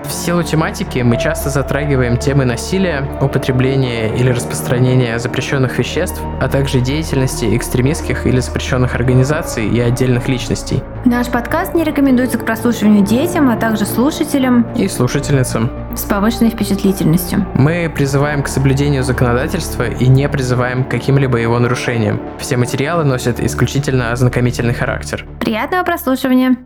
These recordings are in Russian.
В силу тематики мы часто затрагиваем темы насилия, употребления или распространения запрещенных веществ, а также деятельности экстремистских или запрещенных организаций и отдельных личностей. Наш подкаст не рекомендуется к прослушиванию детям, а также слушателям и слушательницам с повышенной впечатлительностью. Мы призываем к соблюдению законодательства и не призываем к каким-либо его нарушениям. Все материалы носят исключительно ознакомительный характер. Приятного прослушивания!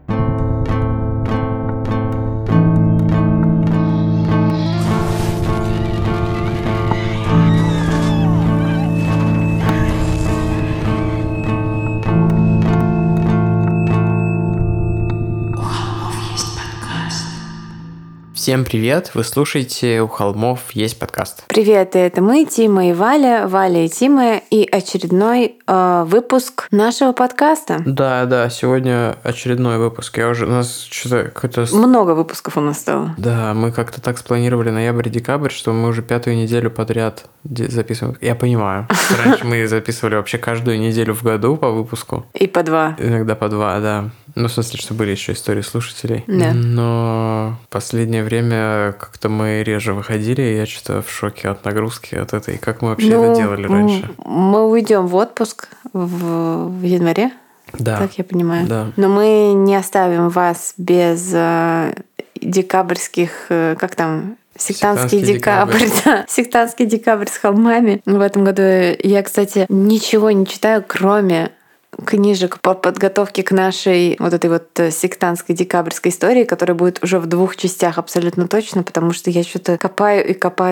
Всем привет! Вы слушаете «У холмов есть подкаст». Привет, это мы, Тима и Валя, Валя и Тима, и очередной выпуск нашего подкаста. Да, сегодня очередной выпуск. У нас что-то какое-то... Много выпусков у нас стало. Да, мы как-то так спланировали ноябрь-декабрь, что мы уже 5-ю неделю подряд записываем. Я понимаю. Раньше мы записывали вообще каждую неделю в году по выпуску. И по 2. Иногда по 2, да. Ну, в смысле, что были еще истории слушателей. Да. Но в последнее время как-то мы реже выходили, и я что-то в шоке от нагрузки, от этой. Как мы вообще это делали раньше? Мы уйдем в отпуск в январе. Да. Так я понимаю. Да. Но мы не оставим вас без декабрьских, как там... Сектантский декабрь, да. Сектантский декабрь с холмами. В этом году я, кстати, ничего не читаю, кроме книжек по подготовке к нашей вот этой вот сектантской декабрьской истории, которая будет уже в 2 частях абсолютно точно, потому что я что-то копаю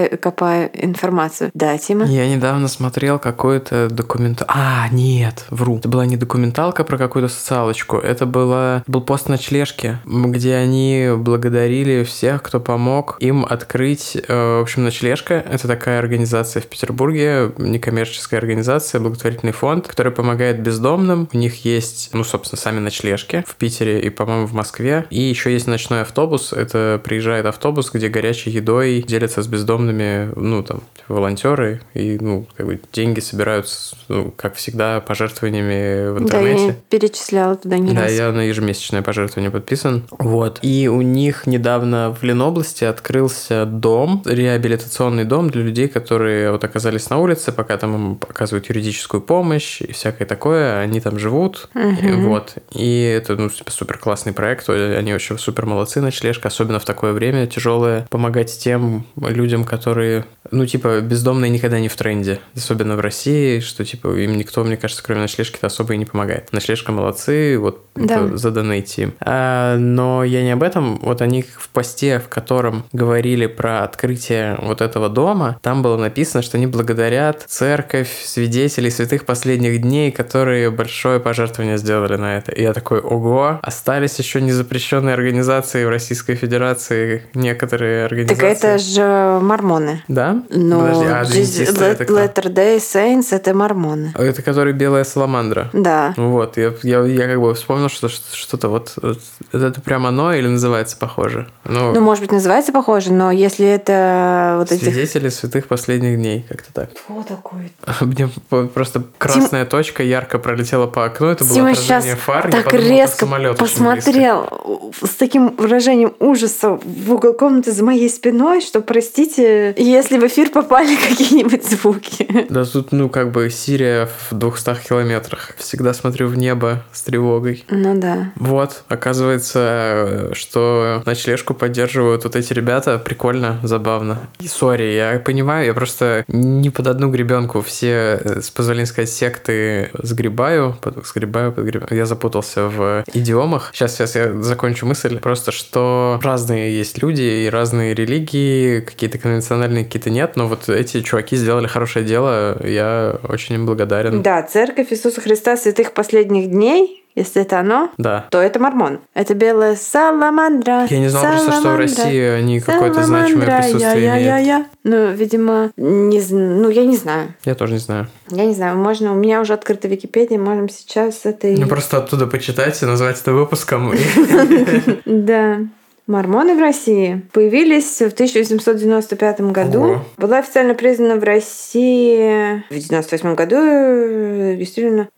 информацию. Да, Тима? Я недавно смотрел какой-то документал... Нет, вру. Это была не документалка про какую-то социалочку, это был пост ночлежки, где они благодарили всех, кто помог им открыть... В общем, ночлежка — это такая организация в Петербурге, некоммерческая организация, благотворительный фонд, который помогает бездомным. У них есть, собственно, сами ночлежки в Питере и, по-моему, в Москве. И еще есть ночной автобус. Это приезжает автобус, где горячей едой делятся с бездомными, волонтеры. И, деньги собираются, как всегда, пожертвованиями в интернете. Да, я перечисляла туда не раз. Да, я на ежемесячное пожертвование подписан. Вот. И у них недавно в Ленобласти открылся дом, реабилитационный дом для людей, которые оказались на улице, пока там им оказывают юридическую помощь и всякое такое. Они там живут, вот, и это, супер классный проект, они вообще супер молодцы, ночлежка, особенно в такое время тяжелое, помогать тем людям, которые, бездомные никогда не в тренде, особенно в России, что, им никто, мне кажется, кроме ночлежки-то особо и не помогает. Ночлежка молодцы, задонейте им. Но я не об этом, они в посте, в котором говорили про открытие вот этого дома, там было написано, что они благодарят церковь, свидетелей святых последних дней, которые большое пожертвование сделали на это. И я такой, ого, остались еще незапрещенные организации в Российской Федерации, некоторые организации. Так это же мормоны. Да? Но подожди, Latter-day Saints — это мормоны. Это который белая саламандра. Да. Вот, я как бы вспомнил, что что-то это прям оно или называется похоже? Может быть, называется похоже, но если это Свидетели святых последних дней, как-то так. Что такое? Мне просто красная точка ярко пролетела по окну, это было отражение фар. Так резко посмотрел с таким выражением ужаса в угол комнаты за моей спиной, что, простите, если в эфир попали какие-нибудь звуки. Да тут, Сирия в 200 километрах. Всегда смотрю в небо с тревогой. Ну да. Вот, оказывается, что ночлежку поддерживают вот эти ребята. Прикольно, забавно. Сори, я понимаю, я просто не под одну гребенку все, с позволения сказать, секты сгребаю. Я запутался в идиомах. Сейчас я закончу мысль. Просто, что разные есть люди и разные религии, какие-то конвенциональные, какие-то нет, но вот эти чуваки сделали хорошее дело, я очень им благодарен. Да, Церковь Иисуса Христа Святых Последних Дней, если это оно, то это мормон. Это белая саламандра. Я не знал просто, что в России они какое-то значимое присутствие имеют. Видимо, я не знаю. Я тоже не знаю. Я не знаю, можно, у меня уже открыта Википедия, можем сейчас это... Просто оттуда почитать и назвать это выпуском. Да. Мормоны в России появились в 1895 году. Ого. Была официально признана в России в 1998 году. Регистрирована.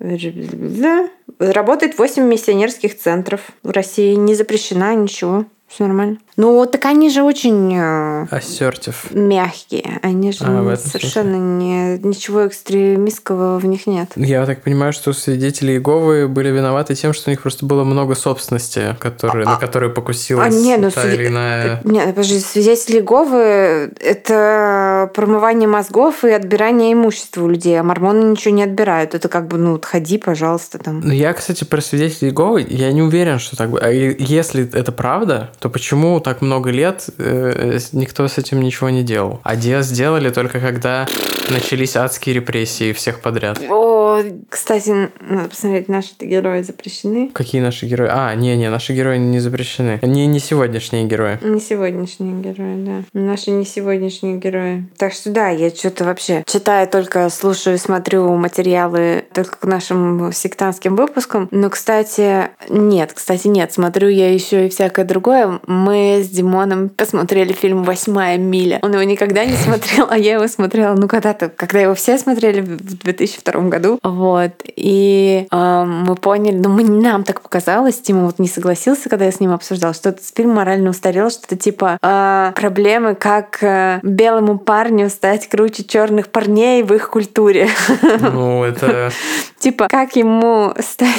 Работает 8 миссионерских центров в России. Не запрещена, ничего. Все нормально. Ну, так они же очень Ассертив. мягкие. Они же совершенно ничего экстремистского в них нет. Я так понимаю, что свидетели Иеговы были виноваты тем, что у них просто было много собственности, на которую покусилась та или иная... Нет, подожди, свидетели Иеговы — это промывание мозгов и отбирание имущества у людей, а мормоны ничего не отбирают. Это как бы, ходи, пожалуйста, там. Ну, я, кстати, про свидетелей Иеговы, я не уверен, что так... А если это правда, то почему так много лет никто с этим ничего не делал? А сделали только когда начались адские репрессии всех подряд. О, кстати, надо посмотреть, наши-то герои запрещены. Какие наши герои? Наши герои не запрещены. Не сегодняшние герои. Не сегодняшние герои, да. Наши не сегодняшние герои. Так что да, я что-то вообще читаю только, слушаю, смотрю материалы только к нашим сектантским выпускам. Но, кстати, нет. Смотрю я еще и всякое другое. Мы с Димоном посмотрели фильм «8 миля». Он его никогда не смотрел, а я его смотрела, когда-то, когда его все смотрели в 2002 году. Вот. И мы поняли, нам так показалось, Тима не согласился, когда я с ним обсуждала, что этот фильм морально устарел, что-то типа проблемы, как белому парню стать круче черных парней в их культуре. Ну, это... Типа, как ему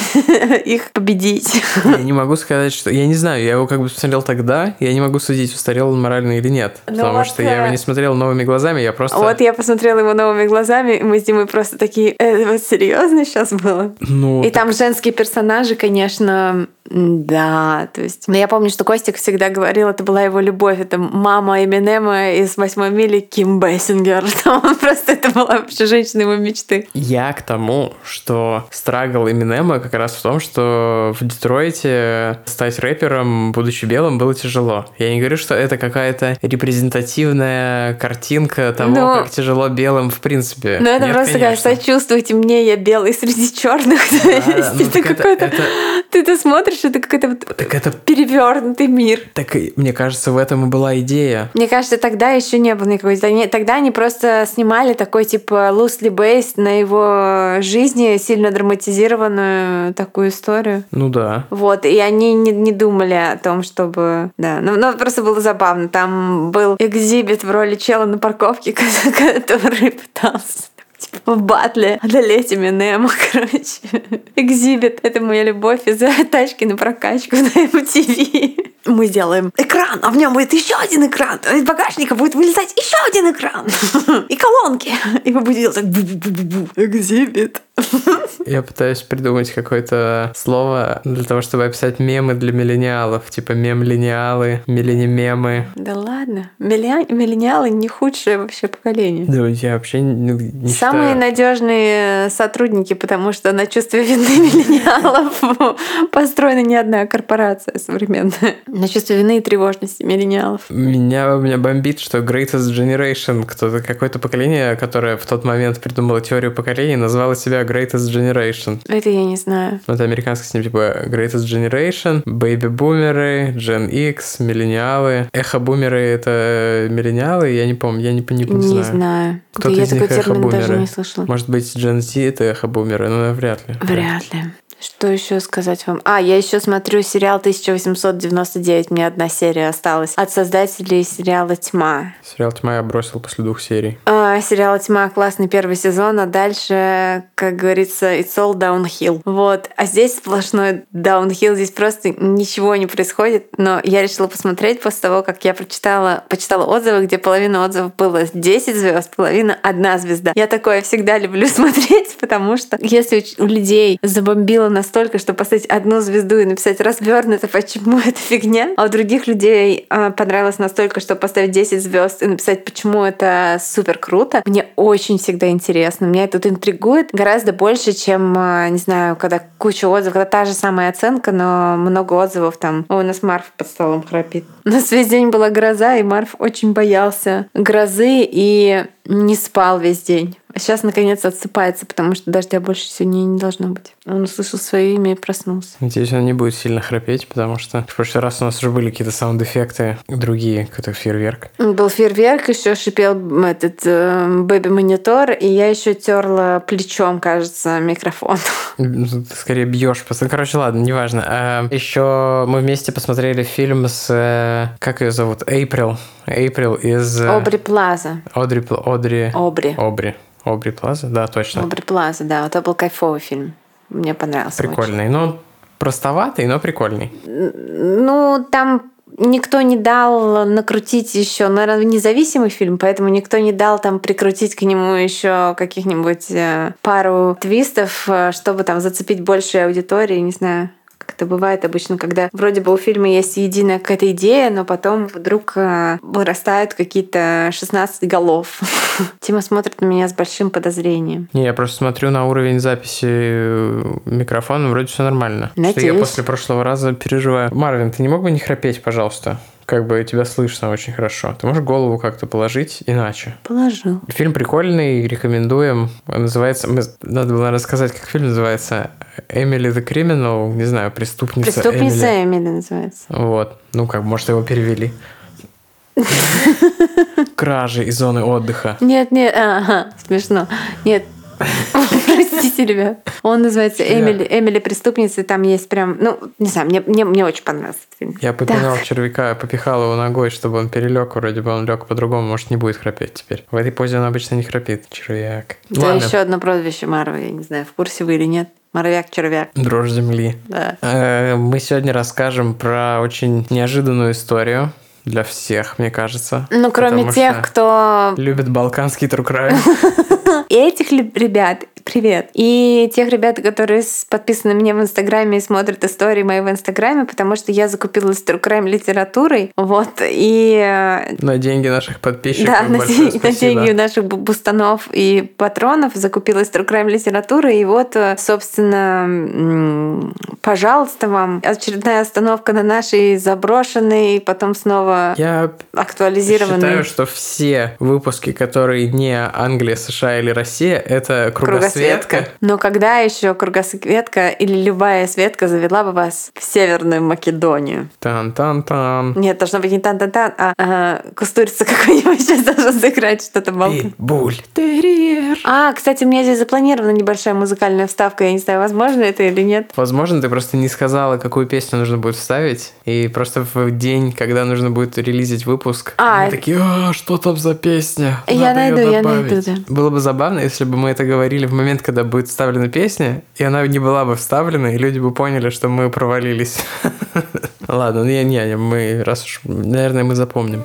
их победить? Я не могу сказать, что... Я не знаю, я его как бы смотрел тогда, я не могу судить, устарел он морально или нет. Потому что я его не смотрел новыми глазами, я просто... Вот я посмотрела его новыми глазами, и мы с Димой просто такие, вот серьезно сейчас было? И там женские персонажи, конечно, да, то есть... Но я помню, что Костик всегда говорил, это была его любовь, это мама Эминема из «8 мили» Ким Бейсингер. Просто это была вообще женщина его мечты. Я к тому, что страгл Эминема как раз в том, что в Детройте стать рэпером, будучи белым, было тяжело. Я не говорю, что это какая-то репрезентативная картинка того, как тяжело белым в принципе. Ну это просто как сочувствуйте мне, я белый среди черных. Это какой-то... Ты это смотришь, это какой-то перевернутый мир. Так, мне кажется, в этом и была идея. Мне кажется, тогда еще не было никакой... Тогда они просто снимали такой, типа, loosely based на его жизни, сильно драматизированную такую историю. Ну да. Вот, и они не думали о том, чтобы... Да, но просто было забавно. Там был экзибит в роли чела на парковке, который пытался... в батле одолеть Эминема, короче. Экзибит. Это моя любовь из-за тачки на прокачку на MTV. Мы сделаем экран, а в нем будет еще один экран. Из багажника будет вылезать еще один экран. И колонки. И мы будем делать так бу-бу-бу-бу-бу. Экзибит. Я пытаюсь придумать какое-то слово для того, чтобы описать мемы для миллениалов. Типа мем-лениалы, миллени-мемы. Да ладно. Миллениалы не худшее вообще поколение. Да, я вообще не считаю. Самые надежные сотрудники, потому что на чувстве вины миллениалов построена не одна корпорация современная. На чувстве вины и тревожности миллениалов. Меня бомбит, что Greatest Generation, какое-то поколение, которое в тот момент придумало теорию поколений, назвало себя Greatest Generation. Это я не знаю. Это американский с ним типа Greatest Generation, бэйби-бумеры, Gen X, миллениалы. Эхо-бумеры — это миллениалы? Я не помню, я не знаю. Не знаю. Кто-то из них эхо-бумеры. Даже не слышала. Может быть, Gen Z — это эхо-бумеры, но вряд ли. Вряд ли. Что еще сказать вам? Я еще смотрю сериал 1899. Мне одна серия осталась. От создателей сериала «Тьма». Сериал «Тьма» я бросил после 2 серий. Сериал «Тьма» классный первый сезон, а дальше, как говорится, it's all downhill. Вот. А здесь сплошной downhill. Здесь просто ничего не происходит. Но я решила посмотреть после того, как я почитала отзывы, где половина отзывов было 10 звезд, половина 1 звезда. Я такое всегда люблю смотреть, потому что если у людей забомбило настолько, что поставить 1 звезду и написать развернуто, почему это фигня, а у других людей понравилось настолько, что поставить 10 звезд и написать, почему это супер круто. Мне очень всегда интересно. Меня это интригует гораздо больше, чем, не знаю, когда куча отзывов, когда та же самая оценка, но много отзывов там. У нас Марф под столом храпит. У нас весь день была гроза, и Марф очень боялся грозы и не спал весь день. сейчас наконец отсыпается, потому что дождя больше сегодня не должно быть. Он услышал свое имя и проснулся. Надеюсь, он не будет сильно храпеть, потому что в прошлый раз у нас уже были какие-то саунд-эффекты другие, какой-то фейерверк. Был фейерверк, еще шипел этот бэби-монитор, и я еще терла плечом, кажется, микрофон. Ты скорее бьешь. Короче, ладно, неважно. Еще мы вместе посмотрели фильм с... Как ее зовут? Эйприл из... Обри Плаза. Обри Плаза? Да, точно. Обри Плаза, да. Это был кайфовый фильм. Мне понравился. Прикольный. Очень. Ну, простоватый, но прикольный. Ну, там никто не дал накрутить еще, наверное, независимый фильм, поэтому никто не дал там прикрутить к нему еще каких-нибудь пару твистов, чтобы там зацепить большую аудиторию, не знаю. Как это бывает обычно, когда вроде бы у фильма есть единая какая-то идея, но потом вдруг вырастают какие-то 16 голов. Тима смотрит на меня с большим подозрением. Не, я просто смотрю на уровень записи микрофона, вроде все нормально. Надеюсь. Что я после прошлого раза переживаю. Марвин, ты не мог бы не храпеть, пожалуйста? Как бы тебя слышно очень хорошо. Ты можешь голову как-то положить иначе? Положил. Фильм прикольный, рекомендуем. Он называется... Надо было, наверное, сказать, как фильм называется. «Эмили the Criminal». Не знаю, «Преступница Эмили». «Преступница Эмили» называется. Вот. Ну, как, может, его перевели. «Кражи из зоны отдыха». Нет, смешно. Нет, простите, ребят. Он называется «Эмили преступница», и там есть прям... Ну, не знаю, мне очень понравился этот фильм. Я попинал червяка, попихал его ногой, чтобы он перелег. Вроде бы он лег по-другому, может, не будет храпеть теперь. В этой позе он обычно не храпит. Червяк. Это еще одно прозвище Марвы, я не знаю, в курсе вы или нет. Моровяк-червяк. Дрожь земли. Да. Мы сегодня расскажем про очень неожиданную историю для всех, мне кажется. Ну, кроме тех, кто... любит балканский true crime. И этих ребят, привет. И тех ребят, которые подписаны мне в Инстаграме и смотрят истории мои в Инстаграме, потому что я закупилась true crime литературой. Вот, и... На деньги наших подписчиков. Да, на деньги наших бустанов и патронов закупилась true crime литературой. И вот, собственно, пожалуйста вам, очередная остановка на нашей заброшенной, потом снова актуализированной. Я считаю, что все выпуски, которые не Англия, США или Россия, это кругосветка. Но когда еще кругосветка или любая светка завела бы вас в Северную Македонию? Тан-тан-тан. Нет, должно быть не тан-тан-тан, а Кустурица какой-нибудь сейчас должен сыграть что-то балкон. Питбуль. Терьер. Кстати, у меня здесь запланирована небольшая музыкальная вставка. Я не знаю, возможно это или нет. Возможно, ты просто не сказала, какую песню нужно будет вставить. И просто в день, когда нужно будет релизить выпуск, мы такие, что там за песня? Я найду, да. Было бы забавно, если бы мы это говорили в момент, когда будет вставлена песня, и она не была бы вставлена, и люди бы поняли, что мы провалились. Ладно, мы, раз уж, наверное, мы запомним.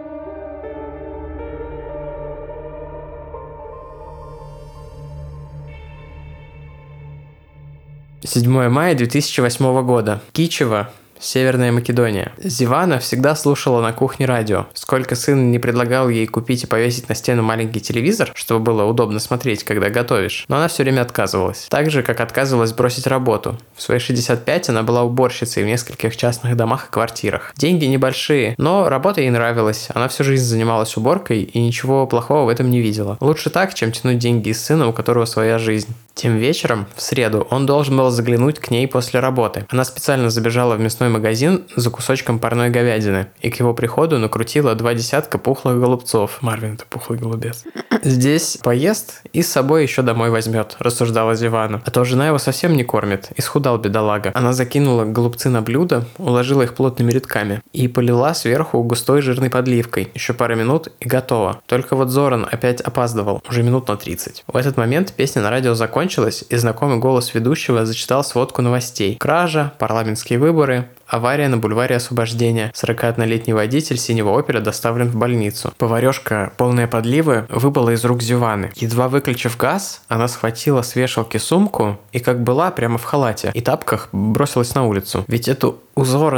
«7 мая 2008 года. Кичево, Северная Македония. Зивана всегда слушала на кухне радио. Сколько сын не предлагал ей купить и повесить на стену маленький телевизор, чтобы было удобно смотреть, когда готовишь, но она все время отказывалась. Так же, как отказывалась бросить работу. В свои 65 она была уборщицей в нескольких частных домах и квартирах. Деньги небольшие, но работа ей нравилась. Она всю жизнь занималась уборкой и ничего плохого в этом не видела. Лучше так, чем тянуть деньги из сына, у которого своя жизнь. Тем вечером, в среду, он должен был заглянуть к ней после работы. Она специально забежала в мясной магазин за кусочком парной говядины и к его приходу накрутила 2 десятка пухлых голубцов. Марвин, это пухлый голубец. Здесь поест и с собой еще домой возьмет, рассуждала Зивана. А то жена его совсем не кормит. Исхудал бедолага. Она закинула голубцы на блюдо, уложила их плотными рядками и полила сверху густой жирной подливкой. Еще пара минут и готово. Только вот Зоран опять опаздывал, уже минут на 30. В этот момент песня на радио закончилась, и знакомый голос ведущего зачитал сводку новостей. Кража, парламентские выборы, авария на бульваре Освобождения. 41-летний водитель синего Опеля доставлен в больницу. Поварешка, полная подливы, выпала из рук Зиваны. Едва выключив газ, она схватила с вешалки сумку и, как была, прямо в халате и тапках бросилась на улицу. Ведь это у Зорана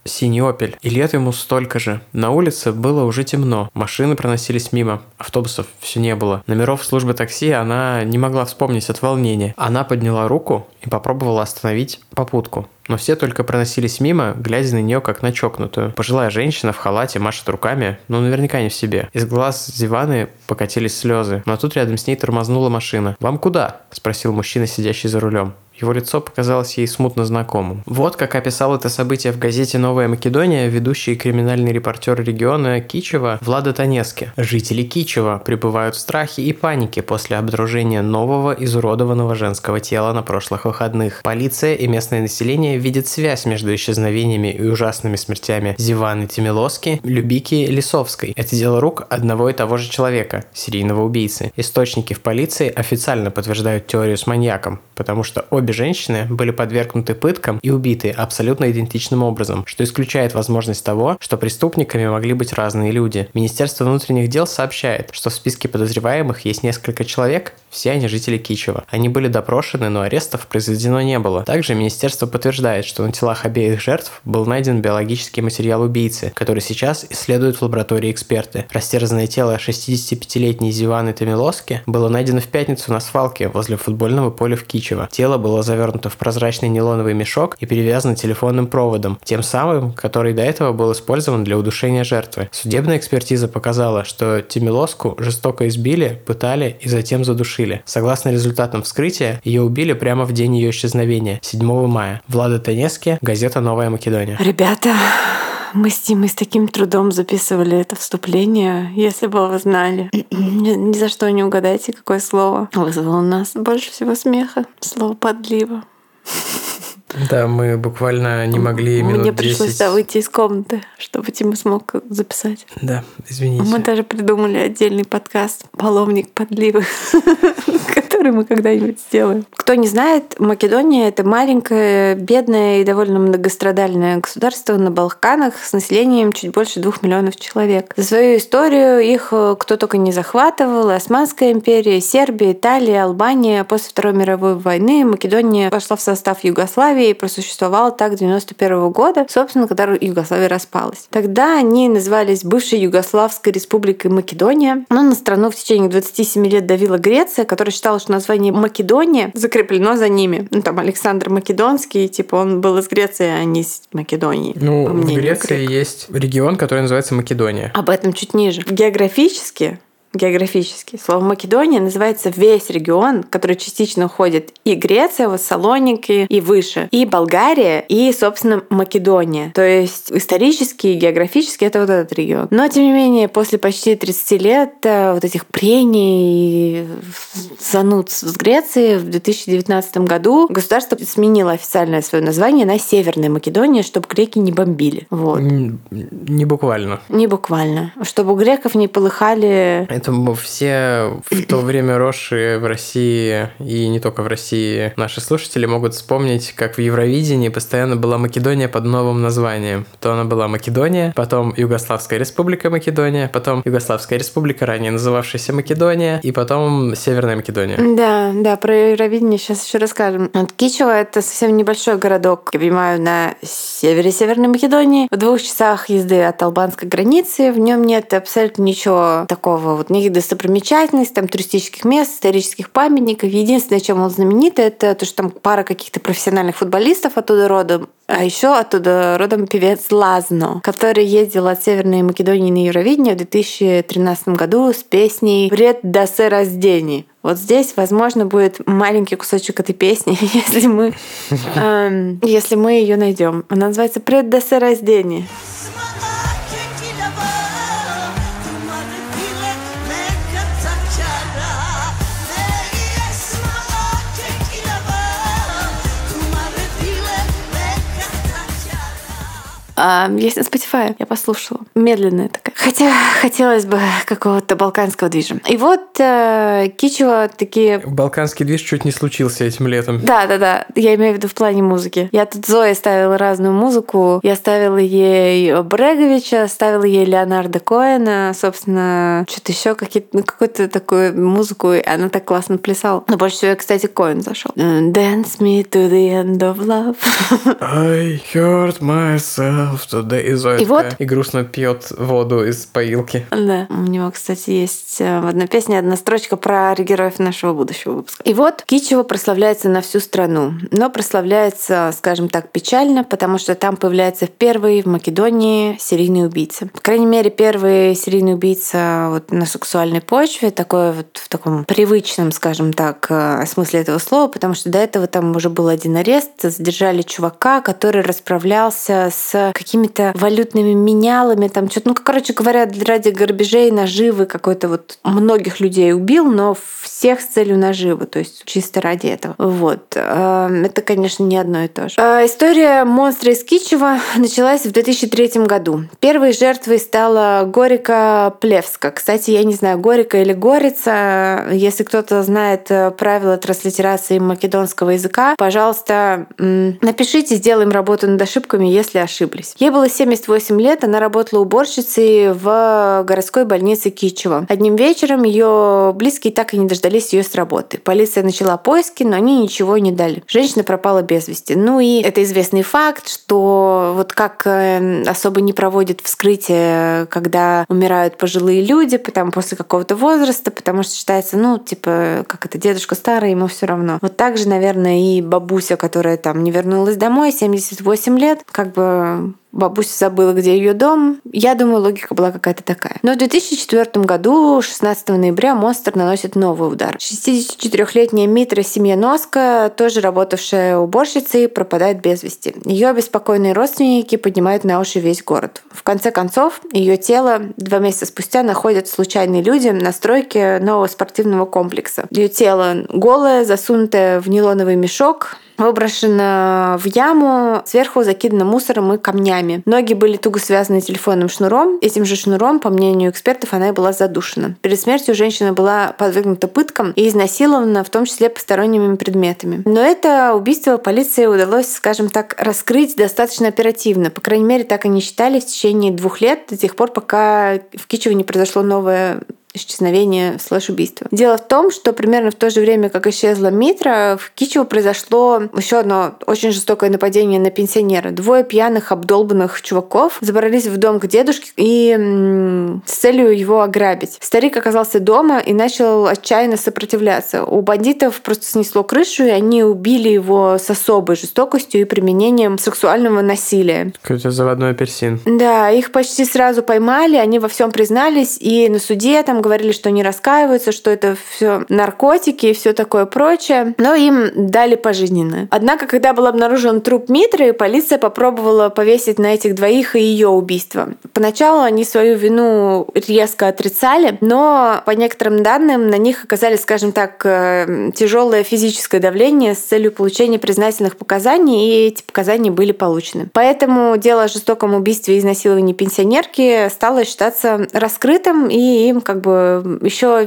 синий «Опель». И лет ему столько же. На улице было уже темно. Машины проносились мимо. Автобусов все не было. Номеров службы такси она не могла вспомнить от волнения. Она подняла руку и попробовала остановить попутку. Но все только проносились мимо, глядя на нее как на чокнутую. Пожилая женщина в халате машет руками, но наверняка не в себе. Из глаз Зиваны покатились слезы. Но тут рядом с ней тормознула машина. «Вам куда?» – спросил мужчина, сидящий за рулем. Его лицо показалось ей смутно знакомым. Вот как описал это событие в газете «Новая Македония» ведущий криминальный репортер региона Кичева Влада Танески. Жители Кичева пребывают в страхе и панике после обнаружения нового изуродованного женского тела на прошлых выходных. Полиция и местное население видят связь между исчезновениями и ужасными смертями Зиваны Темилоски, Любики Лисовской. Это дело рук одного и того же человека, серийного убийцы. Источники в полиции официально подтверждают теорию с маньяком, потому что обе женщины были подвергнуты пыткам и убиты абсолютно идентичным образом, что исключает возможность того, что преступниками могли быть разные люди. Министерство внутренних дел сообщает, что в списке подозреваемых есть несколько человек, все они жители Кичева. Они были допрошены, но арестов произведено не было. Также министерство подтверждает, что на телах обеих жертв был найден биологический материал убийцы, который сейчас исследуют в лаборатории эксперты. Растерзанное тело 65-летней Зиваны Темилоски было найдено в пятницу на свалке возле футбольного поля в Кичево. Тело было завернуто в прозрачный нейлоновый мешок и перевязано телефонным проводом, тем самым, который до этого был использован для удушения жертвы. Судебная экспертиза показала, что Темилоску жестоко избили, пытали и затем задушили. Согласно результатам вскрытия, ее убили прямо в день ее исчезновения, 7 мая. Влада Танески, газета «Новая Македония». Ребята, мы с Тимой с таким трудом записывали это вступление, если бы вы знали. Ни за что не угадайте, какое слово вызвало у нас больше всего смеха. Слово «подлива». Да, мы буквально не могли минут 10... Мне пришлось выйти из комнаты, чтобы Тима смог записать. Да, извините. Мы даже придумали отдельный подкаст «Половник подливы», который мы когда-нибудь сделаем. Кто не знает, Македония — это маленькое, бедное и довольно многострадальное государство на Балканах с населением чуть больше 2 миллионов человек. За свою историю их кто только не захватывал. Османская империя, Сербия, Италия, Албания. После Второй мировой войны Македония вошла в состав Югославии и просуществовала так до 1991 года, собственно, когда Югославия распалась. Тогда они назывались бывшей Югославской республикой Македония. Но на страну в течение 27 лет давила Греция, которая считала, что название Македония закреплено за ними. Там Александр Македонский, он был из Греции, а не из Македонии. В Греции есть регион, который называется Македония. Об этом чуть ниже. Географически слово Македония называется весь регион, который частично уходит и Греция, Салоники и выше, и Болгария, и, собственно, Македония. То есть исторически и географически это вот этот регион. Но, тем не менее, после почти 30 лет вот этих прений и зануд с Грецией в 2019 году государство сменило официальное свое название на Северная Македония, чтобы греки не бомбили. Вот. Не буквально. Не буквально. Чтобы у греков не полыхали... Это все в то время росшие в России, и не только в России, наши слушатели могут вспомнить, как в Евровидении постоянно была Македония под новым названием. То она была Македония, потом Югославская республика Македония, потом Югославская республика, ранее называвшаяся Македония, и потом Северная Македония. Да, про Евровидение сейчас еще расскажем. Кичево — это совсем небольшой городок, я понимаю, на севере Северной Македонии, в 2 часах езды от албанской границы. В нем нет абсолютно ничего такого никаких достопримечательностей, там туристических мест, исторических памятников. Единственное, чем он знаменит, это то, что там пара каких-то профессиональных футболистов оттуда родом. А еще оттуда родом певец Лазно, который ездил от Северной Македонии на Евровидение в 2013 году с песней «Пред дасе раздени». Вот здесь, возможно, будет маленький кусочек этой песни, если мы ее найдем. Она называется «Пред дасе раздени». Есть на Spotify, я послушала. Медленная такая. Хотя хотелось бы какого-то балканского движа. И вот Кичево такие... Балканский движ чуть не случился этим летом. Да. Я имею в виду в плане музыки. Я тут Зое ставила разную музыку. Я ставила ей Бреговича, ставила ей Леонарда Коэна, собственно, что-то еще какую-то такую музыку. И она так классно плясала. Но больше всего, кстати, Коэн зашел. Dance me to the end of love. I hurt myself. myself today, и Зоя и грустно пьет воду из поилки. Да. У него, кстати, есть в одной песне одна строчка про героев нашего будущего выпуска. И вот Кичево прославляется на всю страну, но прославляется, скажем так, печально, потому что там появляется первый в Македонии серийный убийца. По крайней мере, первый серийный убийца вот на сексуальной почве, такой вот в таком привычном, скажем так, смысле этого слова, потому что до этого там уже был один арест, задержали чувака, который расправлялся с какими-то валютными менялами, там что-то, короче говоря, ради грабежей, наживы какой-то вот многих людей убил, но всех с целью наживы, то есть чисто ради этого. Вот. Это, конечно, не одно и то же. История монстра из Кичева началась в 2003 году. Первой жертвой стала Горика Плевска. Кстати, я не знаю, Горика или Горица. Если кто-то знает правила транслитерации македонского языка, пожалуйста, напишите, сделаем работу над ошибками, если ошиблись. Ей было 78 лет, она работала уборщицей в городской больнице Кичево. Одним вечером ее близкие так и не дождались ее с работы. Полиция начала поиски, но они ничего не дали. Женщина пропала без вести. Ну и это известный факт, что вот как особо не проводят вскрытие, когда умирают пожилые люди, потому после какого-то возраста, потому что считается, как это, дедушка старый, ему все равно. Вот так же, наверное, и бабуся, которая там не вернулась домой, 78 лет, бабуся забыла, где ее дом. Я думаю, логика была какая-то такая. Но в 2004 году, 16 ноября, монстр наносит новый удар. 64-летняя Митра Семьяноска, тоже работавшая уборщицей, пропадает без вести. Ее обеспокоенные родственники поднимают на уши весь город. В конце концов, ее тело 2 месяца спустя находят случайные люди на стройке нового спортивного комплекса. Ее тело голое, засунутое в нейлоновый мешок, выброшена в яму, сверху закидана мусором и камнями. Ноги были туго связаны телефонным шнуром. Этим же шнуром, по мнению экспертов, она и была задушена. Перед смертью женщина была подвергнута пыткам и изнасилована, в том числе посторонними предметами. Но это убийство полиции удалось, скажем так, раскрыть достаточно оперативно. По крайней мере, так они считали в течение 2 лет, до тех пор, пока в Кичево не произошло новое исчезновение /убийство. Дело в том, что примерно в то же время, как исчезла Митра, в Кичево произошло еще одно очень жестокое нападение на пенсионера. 2 пьяных, обдолбанных чуваков забрались в дом к дедушке и с целью его ограбить. Старик оказался дома и начал отчаянно сопротивляться. У бандитов просто снесло крышу, и они убили его с особой жестокостью и применением сексуального насилия. Какой-то заводной апельсин. Да, их почти сразу поймали, они во всем признались, и на суде там говорили, что они раскаиваются, что это все наркотики и все такое прочее, но им дали пожизненное. Однако, когда был обнаружен труп Митры, полиция попробовала повесить на этих двоих и ее убийство. Поначалу они свою вину резко отрицали, но по некоторым данным на них оказали, скажем так, тяжелое физическое давление с целью получения признательных показаний, и эти показания были получены. Поэтому дело о жестоком убийстве и изнасиловании пенсионерки стало считаться раскрытым, и им еще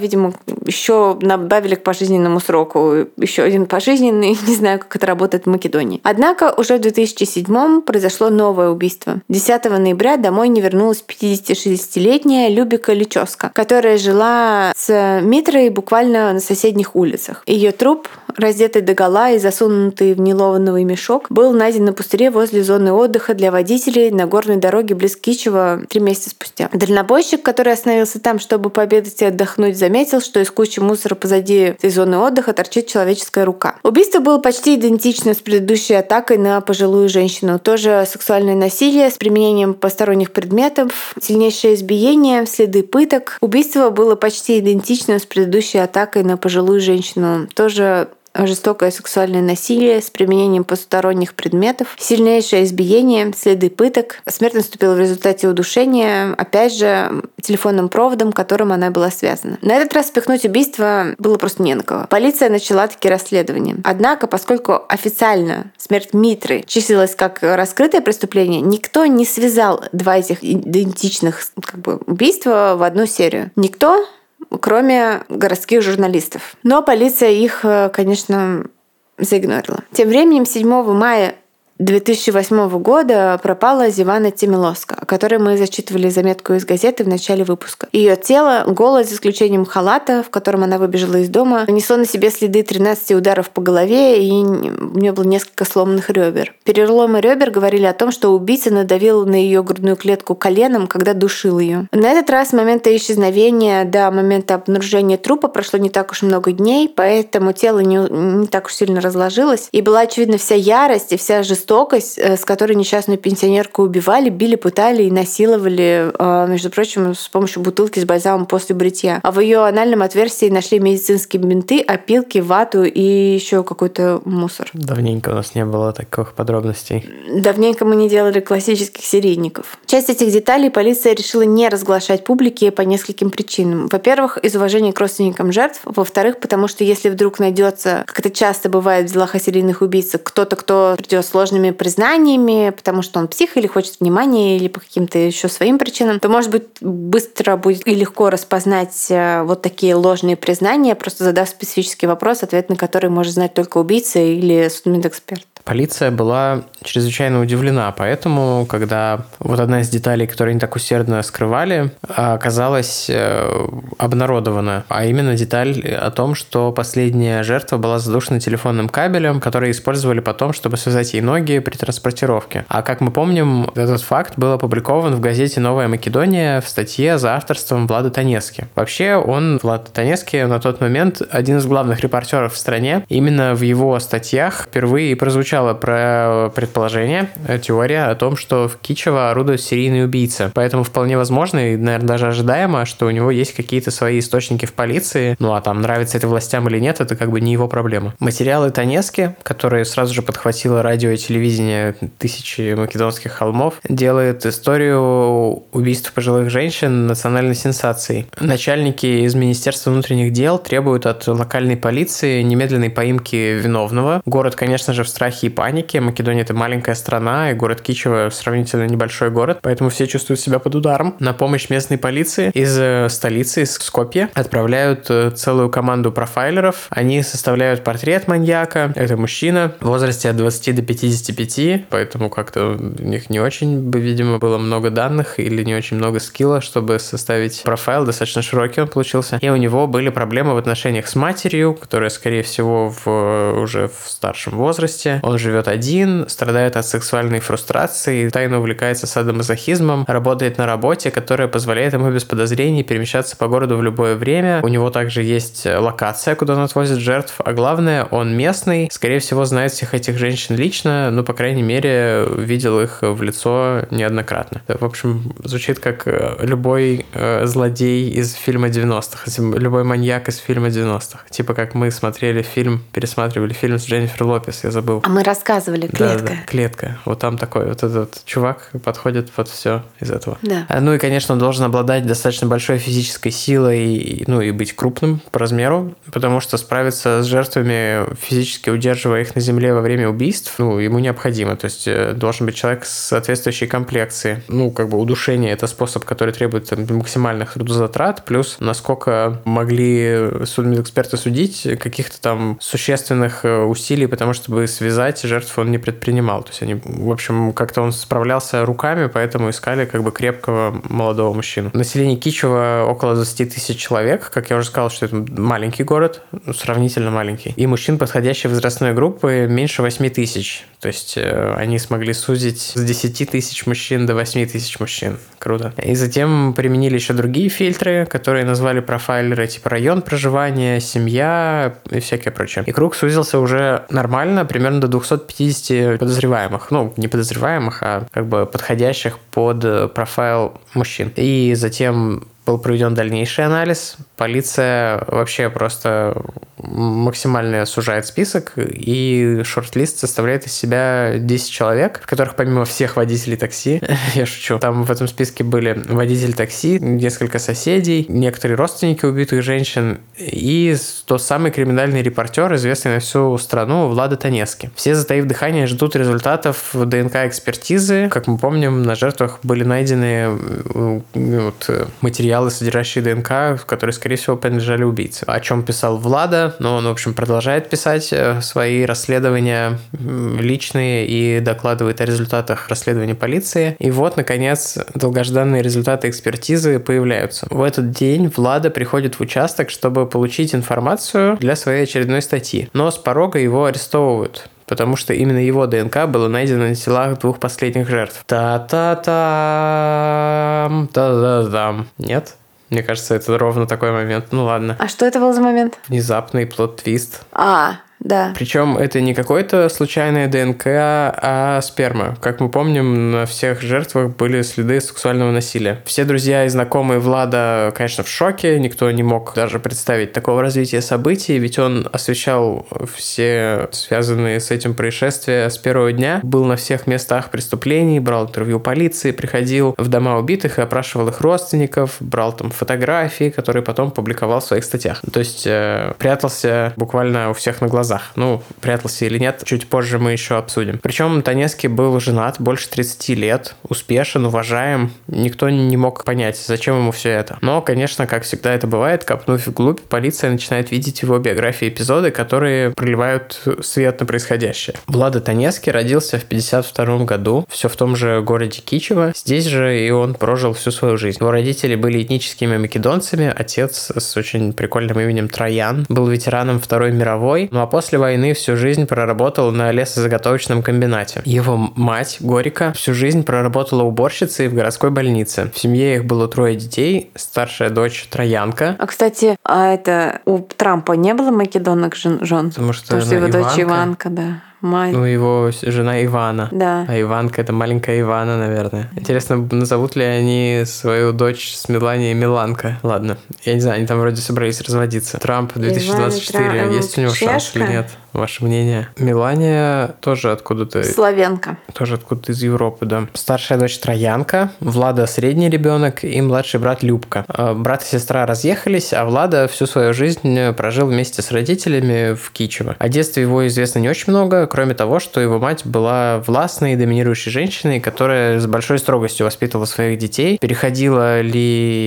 добавили к пожизненному сроку еще один пожизненный. Не знаю, как это работает в Македонии. Однако уже в 2007 произошло новое убийство. 10 ноября домой не вернулась 56-летняя Любика Личоска, которая жила с Митрой буквально на соседних улицах. Ее труп, раздетый догола и засунутый в нейлоновый мешок, был найден на пустыре возле зоны отдыха для водителей на горной дороге близ Кичева 3 месяца спустя. Дальнобойщик, который остановился там, чтобы пообедать и отдохнуть, заметил, что из кучи мусора позади этой зоны отдыха торчит человеческая рука. Убийство было почти идентично с предыдущей атакой на пожилую женщину. Тоже сексуальное насилие с применением посторонних предметов, сильнейшее избиение, следы пыток. Убийство было почти идентично с предыдущей атакой на пожилую женщину. Тоже жестокое сексуальное насилие с применением посторонних предметов, сильнейшее избиение, следы пыток. Смерть наступила в результате удушения, опять же, телефонным проводом, которым она была связана. На этот раз спихнуть убийство было просто не на кого. Полиция начала таки расследование. Однако, поскольку официально смерть Митры числилась как раскрытое преступление, никто не связал 2 этих идентичных убийства в одну серию. Никто, кроме городских журналистов. Но полиция их, конечно, заигнорила. Тем временем 7 мая 2008 года пропала Зивана Темилоска, о которой мы зачитывали заметку из газеты в начале выпуска. Ее тело, голое за исключением халата, в котором она выбежала из дома, несло на себе следы 13 ударов по голове, и у нее было несколько сломанных ребер. Переломы ребер говорили о том, что убийца надавил на ее грудную клетку коленом, когда душил ее. На этот раз с момента исчезновения до момента обнаружения трупа прошло не так уж много дней, поэтому тело не так уж сильно разложилось, и была очевидна вся ярость и вся жестокость, с которой несчастную пенсионерку убивали, били, пытали и насиловали, между прочим, с помощью бутылки с бальзамом после бритья. А в ее анальном отверстии нашли медицинские бинты, опилки, вату и еще какой-то мусор. Давненько у нас не было таких подробностей. Давненько мы не делали классических серийников. Часть этих деталей полиция решила не разглашать публике по нескольким причинам. Во-первых, из уважения к родственникам жертв. Во-вторых, потому что если вдруг найдется, как это часто бывает в делах о серийных убийцах, кто-то, кто придет с сложными признаниями, потому что он псих или хочет внимания, или по каким-то еще своим причинам, то, может быть, быстро будет и легко распознать вот такие ложные признания, просто задав специфический вопрос, ответ на который может знать только убийца или судмедэксперт. Полиция была чрезвычайно удивлена, поэтому, когда вот одна из деталей, которые они так усердно скрывали, оказалась обнародована, а именно деталь о том, что последняя жертва была задушена телефонным кабелем, который использовали потом, чтобы связать ей ноги при транспортировке. А как мы помним, этот факт был опубликован в газете «Новая Македония» в статье за авторством Влада Танески. Вообще, Влад Танески, на тот момент один из главных репортеров в стране. Именно в его статьях впервые прозвучало про предположение, теория о том, что в Кичево орудует серийный убийца. Поэтому вполне возможно и, наверное, даже ожидаемо, что у него есть какие-то свои источники в полиции. Ну а там, нравится это властям или нет, это как бы не его проблема. Материалы Танески, которые сразу же подхватило радио и телевидение тысячи македонских холмов, делает историю убийств пожилых женщин национальной сенсацией. Начальники из Министерства внутренних дел требуют от локальной полиции немедленной поимки виновного. Город, конечно же, в страхе и панике. Македония — это маленькая страна, и город Кичево сравнительно небольшой город, поэтому все чувствуют себя под ударом. На помощь местной полиции из столицы, из Скопье, отправляют целую команду профайлеров. Они составляют портрет маньяка. Это мужчина в возрасте от 20 до 55, поэтому как-то у них не очень, видимо, было много данных или не очень много скилла, чтобы составить профайл. Достаточно широкий он получился. И у него были проблемы в отношениях с матерью, которая, скорее всего, уже в старшем возрасте. Он живет один, страдает от сексуальной фрустрации, тайно увлекается садомазохизмом, работает на работе, которая позволяет ему без подозрений перемещаться по городу в любое время. У него также есть локация, куда он отвозит жертв, а главное, он местный, скорее всего, знает всех этих женщин лично, по крайней мере, видел их в лицо неоднократно. В общем, звучит как любой злодей из фильма 90-х, любой маньяк из фильма 90-х. Типа как мы пересматривали фильм с Дженнифер Лопес, я забыл. А мы рассказывали, «Клетка». Да, «Клетка». Вот там такой вот этот чувак подходит под все из этого. Да. Ну и, конечно, он должен обладать достаточно большой физической силой, и быть крупным по размеру, потому что справиться с жертвами, физически удерживая их на земле во время убийств, ему необходимо. То есть должен быть человек с соответствующей комплекцией. Удушение — это способ, который требует максимальных трудозатрат, плюс, насколько могли судмедэксперты судить, каких-то там существенных усилий, потому чтобы связать жертву он не предпринимал. То есть они, в общем, как-то он справлялся руками, поэтому искали крепкого молодого мужчину. Население Кичево около 20 тысяч человек. Как я уже сказал, что это маленький город, сравнительно маленький. И мужчин подходящей возрастной группы меньше 8 тысяч. То есть они смогли сузить с 10 тысяч мужчин до 8 тысяч мужчин. Круто. И затем применили еще другие фильтры, которые назвали профайлеры, типа район проживания, семья и всякое прочее. И круг сузился уже нормально, примерно до 250 подозреваемых. Не подозреваемых, а подходящих под профайл мужчин. И затем был проведен дальнейший анализ. Полиция вообще просто максимально сужает список, и шорт-лист составляет из себя 10 человек, в которых помимо всех водителей такси, я шучу, там в этом списке были водитель такси, несколько соседей, некоторые родственники убитых женщин и тот самый криминальный репортер, известный на всю страну, Влада Танески. Все, затаив дыхание, ждут результатов ДНК-экспертизы. Как мы помним, на жертвах были найдены материалы, содержащие ДНК, которые, скорее скорее всего, принадлежали убийце. О чем писал Влада? Ну, он, в общем, продолжает писать свои расследования личные и докладывает о результатах расследования полиции. И вот, наконец, долгожданные результаты экспертизы появляются. В этот день Влада приходит в участок, чтобы получить информацию для своей очередной статьи. Но с порога его арестовывают, потому что именно его ДНК было найдено на телах 2 последних жертв. Та-та-там, та-да-дам. Нет? Мне кажется, это ровно такой момент. Ну ладно. А что это был за момент? Внезапный плот-твист. Да. Причем это не какое-то случайное ДНК, а сперма. Как мы помним, на всех жертвах были следы сексуального насилия. Все друзья и знакомые Влада, конечно, в шоке. Никто не мог даже представить такого развития событий, ведь он освещал все связанные с этим происшествия с первого дня. Был на всех местах преступлений, брал интервью полиции, приходил в дома убитых и опрашивал их родственников, брал там фотографии, которые потом публиковал в своих статьях. То есть прятался буквально у всех на глазах. Ну, прятался или нет, чуть позже мы еще обсудим. Причем Таневский был женат больше 30 лет, успешен, уважаем. Никто не мог понять, зачем ему все это. Но, конечно, как всегда это бывает, копнув вглубь, полиция начинает видеть в его биографии эпизоды, которые проливают свет на происходящее. Влада Таневский родился в 1952 году, все в том же городе Кичево. Здесь же и он прожил всю свою жизнь. Его родители были этническими македонцами, отец с очень прикольным именем Троян, был ветераном Второй мировой, ну а после войны всю жизнь проработал на лесозаготовочном комбинате. Его мать, Горика, всю жизнь проработала уборщицей в городской больнице. В семье их было 3 детей, старшая дочь Троянка. А, кстати, это у Трампа не было македонок жен? Потому что его дочь Иванка, да. Мать. Ну, его жена Ивана. Да. А Иванка — это маленькая Ивана, наверное. Интересно, назовут ли они свою дочь с Меланией Миланка? Ладно. Я не знаю, они там вроде собрались разводиться. Трамп 2024. Есть у него шанс или нет? Ваше мнение? Мелания тоже откуда-то... Славянка. Тоже откуда-то из Европы, да. Старшая дочь Троянка, Влада средний ребенок и младший брат Любка. Брат и сестра разъехались, а Влада всю свою жизнь прожил вместе с родителями в Кичево. О детстве его известно не очень много, кроме того, что его мать была властной и доминирующей женщиной, которая с большой строгостью воспитывала своих детей. Переходила ли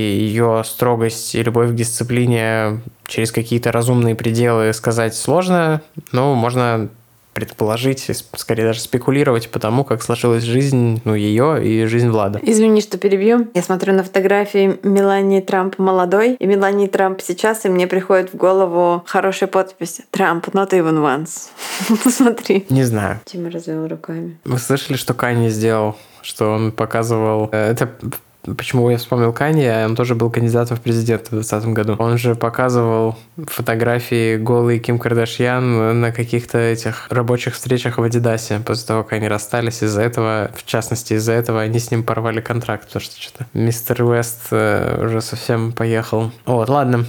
ее строгость и любовь к дисциплине через какие-то разумные пределы, сказать сложно, но можно предположить, скорее даже спекулировать по тому, как сложилась жизнь, ее и жизнь Влада. Извини, что перебью. Я смотрю на фотографии Мелании Трамп молодой и Мелании Трамп сейчас, и мне приходит в голову хорошая подпись: «Трамп, not even once». Посмотри. Не знаю. Тима развел руками. Вы слышали, что Канье сделал? Что он показывал... Это... Почему я вспомнил Канье? Он тоже был кандидатом в президенты в 2020 году. Он же показывал фотографии голой Ким Кардашьян на каких-то этих рабочих встречах в Адидасе после того, как они расстались. Из-за этого, в частности, из-за этого они с ним порвали контракт, потому что что-то мистер Уэст уже совсем поехал. Вот, ладно,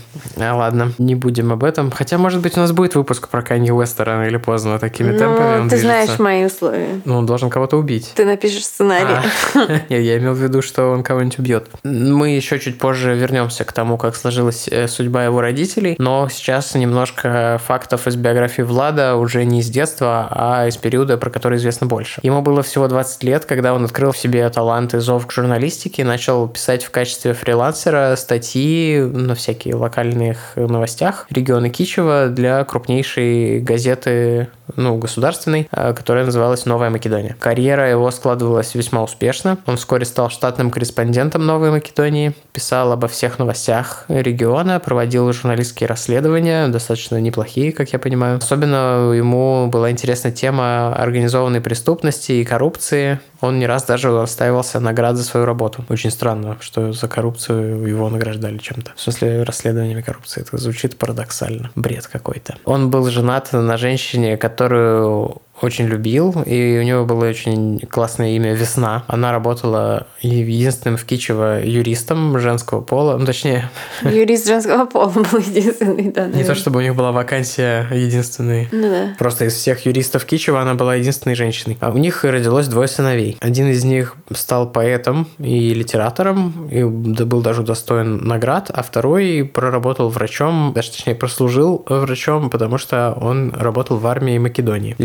не будем об этом. Хотя, может быть, у нас будет выпуск про Канье Уэста рано или поздно. Такими темпами он ты движется. знаешь мои условия. Он должен кого-то убить. Ты напишешь сценарий. Я имел в виду, что он кого-нибудь убьет. Мы еще чуть позже вернемся к тому, как сложилась судьба его родителей, но сейчас немножко фактов из биографии Влада уже не из детства, а из периода, про который известно больше. Ему было всего 20 лет, когда он открыл в себе талант и зов к журналистике, начал писать в качестве фрилансера статьи на всякие локальных новостях региона Кичево для крупнейшей газеты, государственной, которая называлась «Новая Македония». Карьера его складывалась весьма успешно. Он вскоре стал штатным корреспондентом «Новой Македонии», писал обо всех новостях региона, проводил журналистские расследования, достаточно неплохие, как я понимаю. Особенно ему была интересна тема организованной преступности и коррупции. Он не раз даже удостаивался наград за свою работу. Очень странно, что за коррупцию его награждали чем-то. В смысле, расследованиями коррупции. Это звучит парадоксально. Бред какой-то. Он был женат на женщине, которую очень любил, и у него было очень классное имя Весна. Она работала единственным в Кичево юристом женского пола, точнее... Юрист женского пола был единственный, да. Не то, чтобы у них была вакансия единственной. Да. Просто из всех юристов Кичево она была единственной женщиной. А у них родилось 2 сыновей. Один из них стал поэтом и литератором, и был даже удостоен наград, а второй проработал врачом, даже точнее прослужил врачом, потому что он работал в армии Македонии. В 2003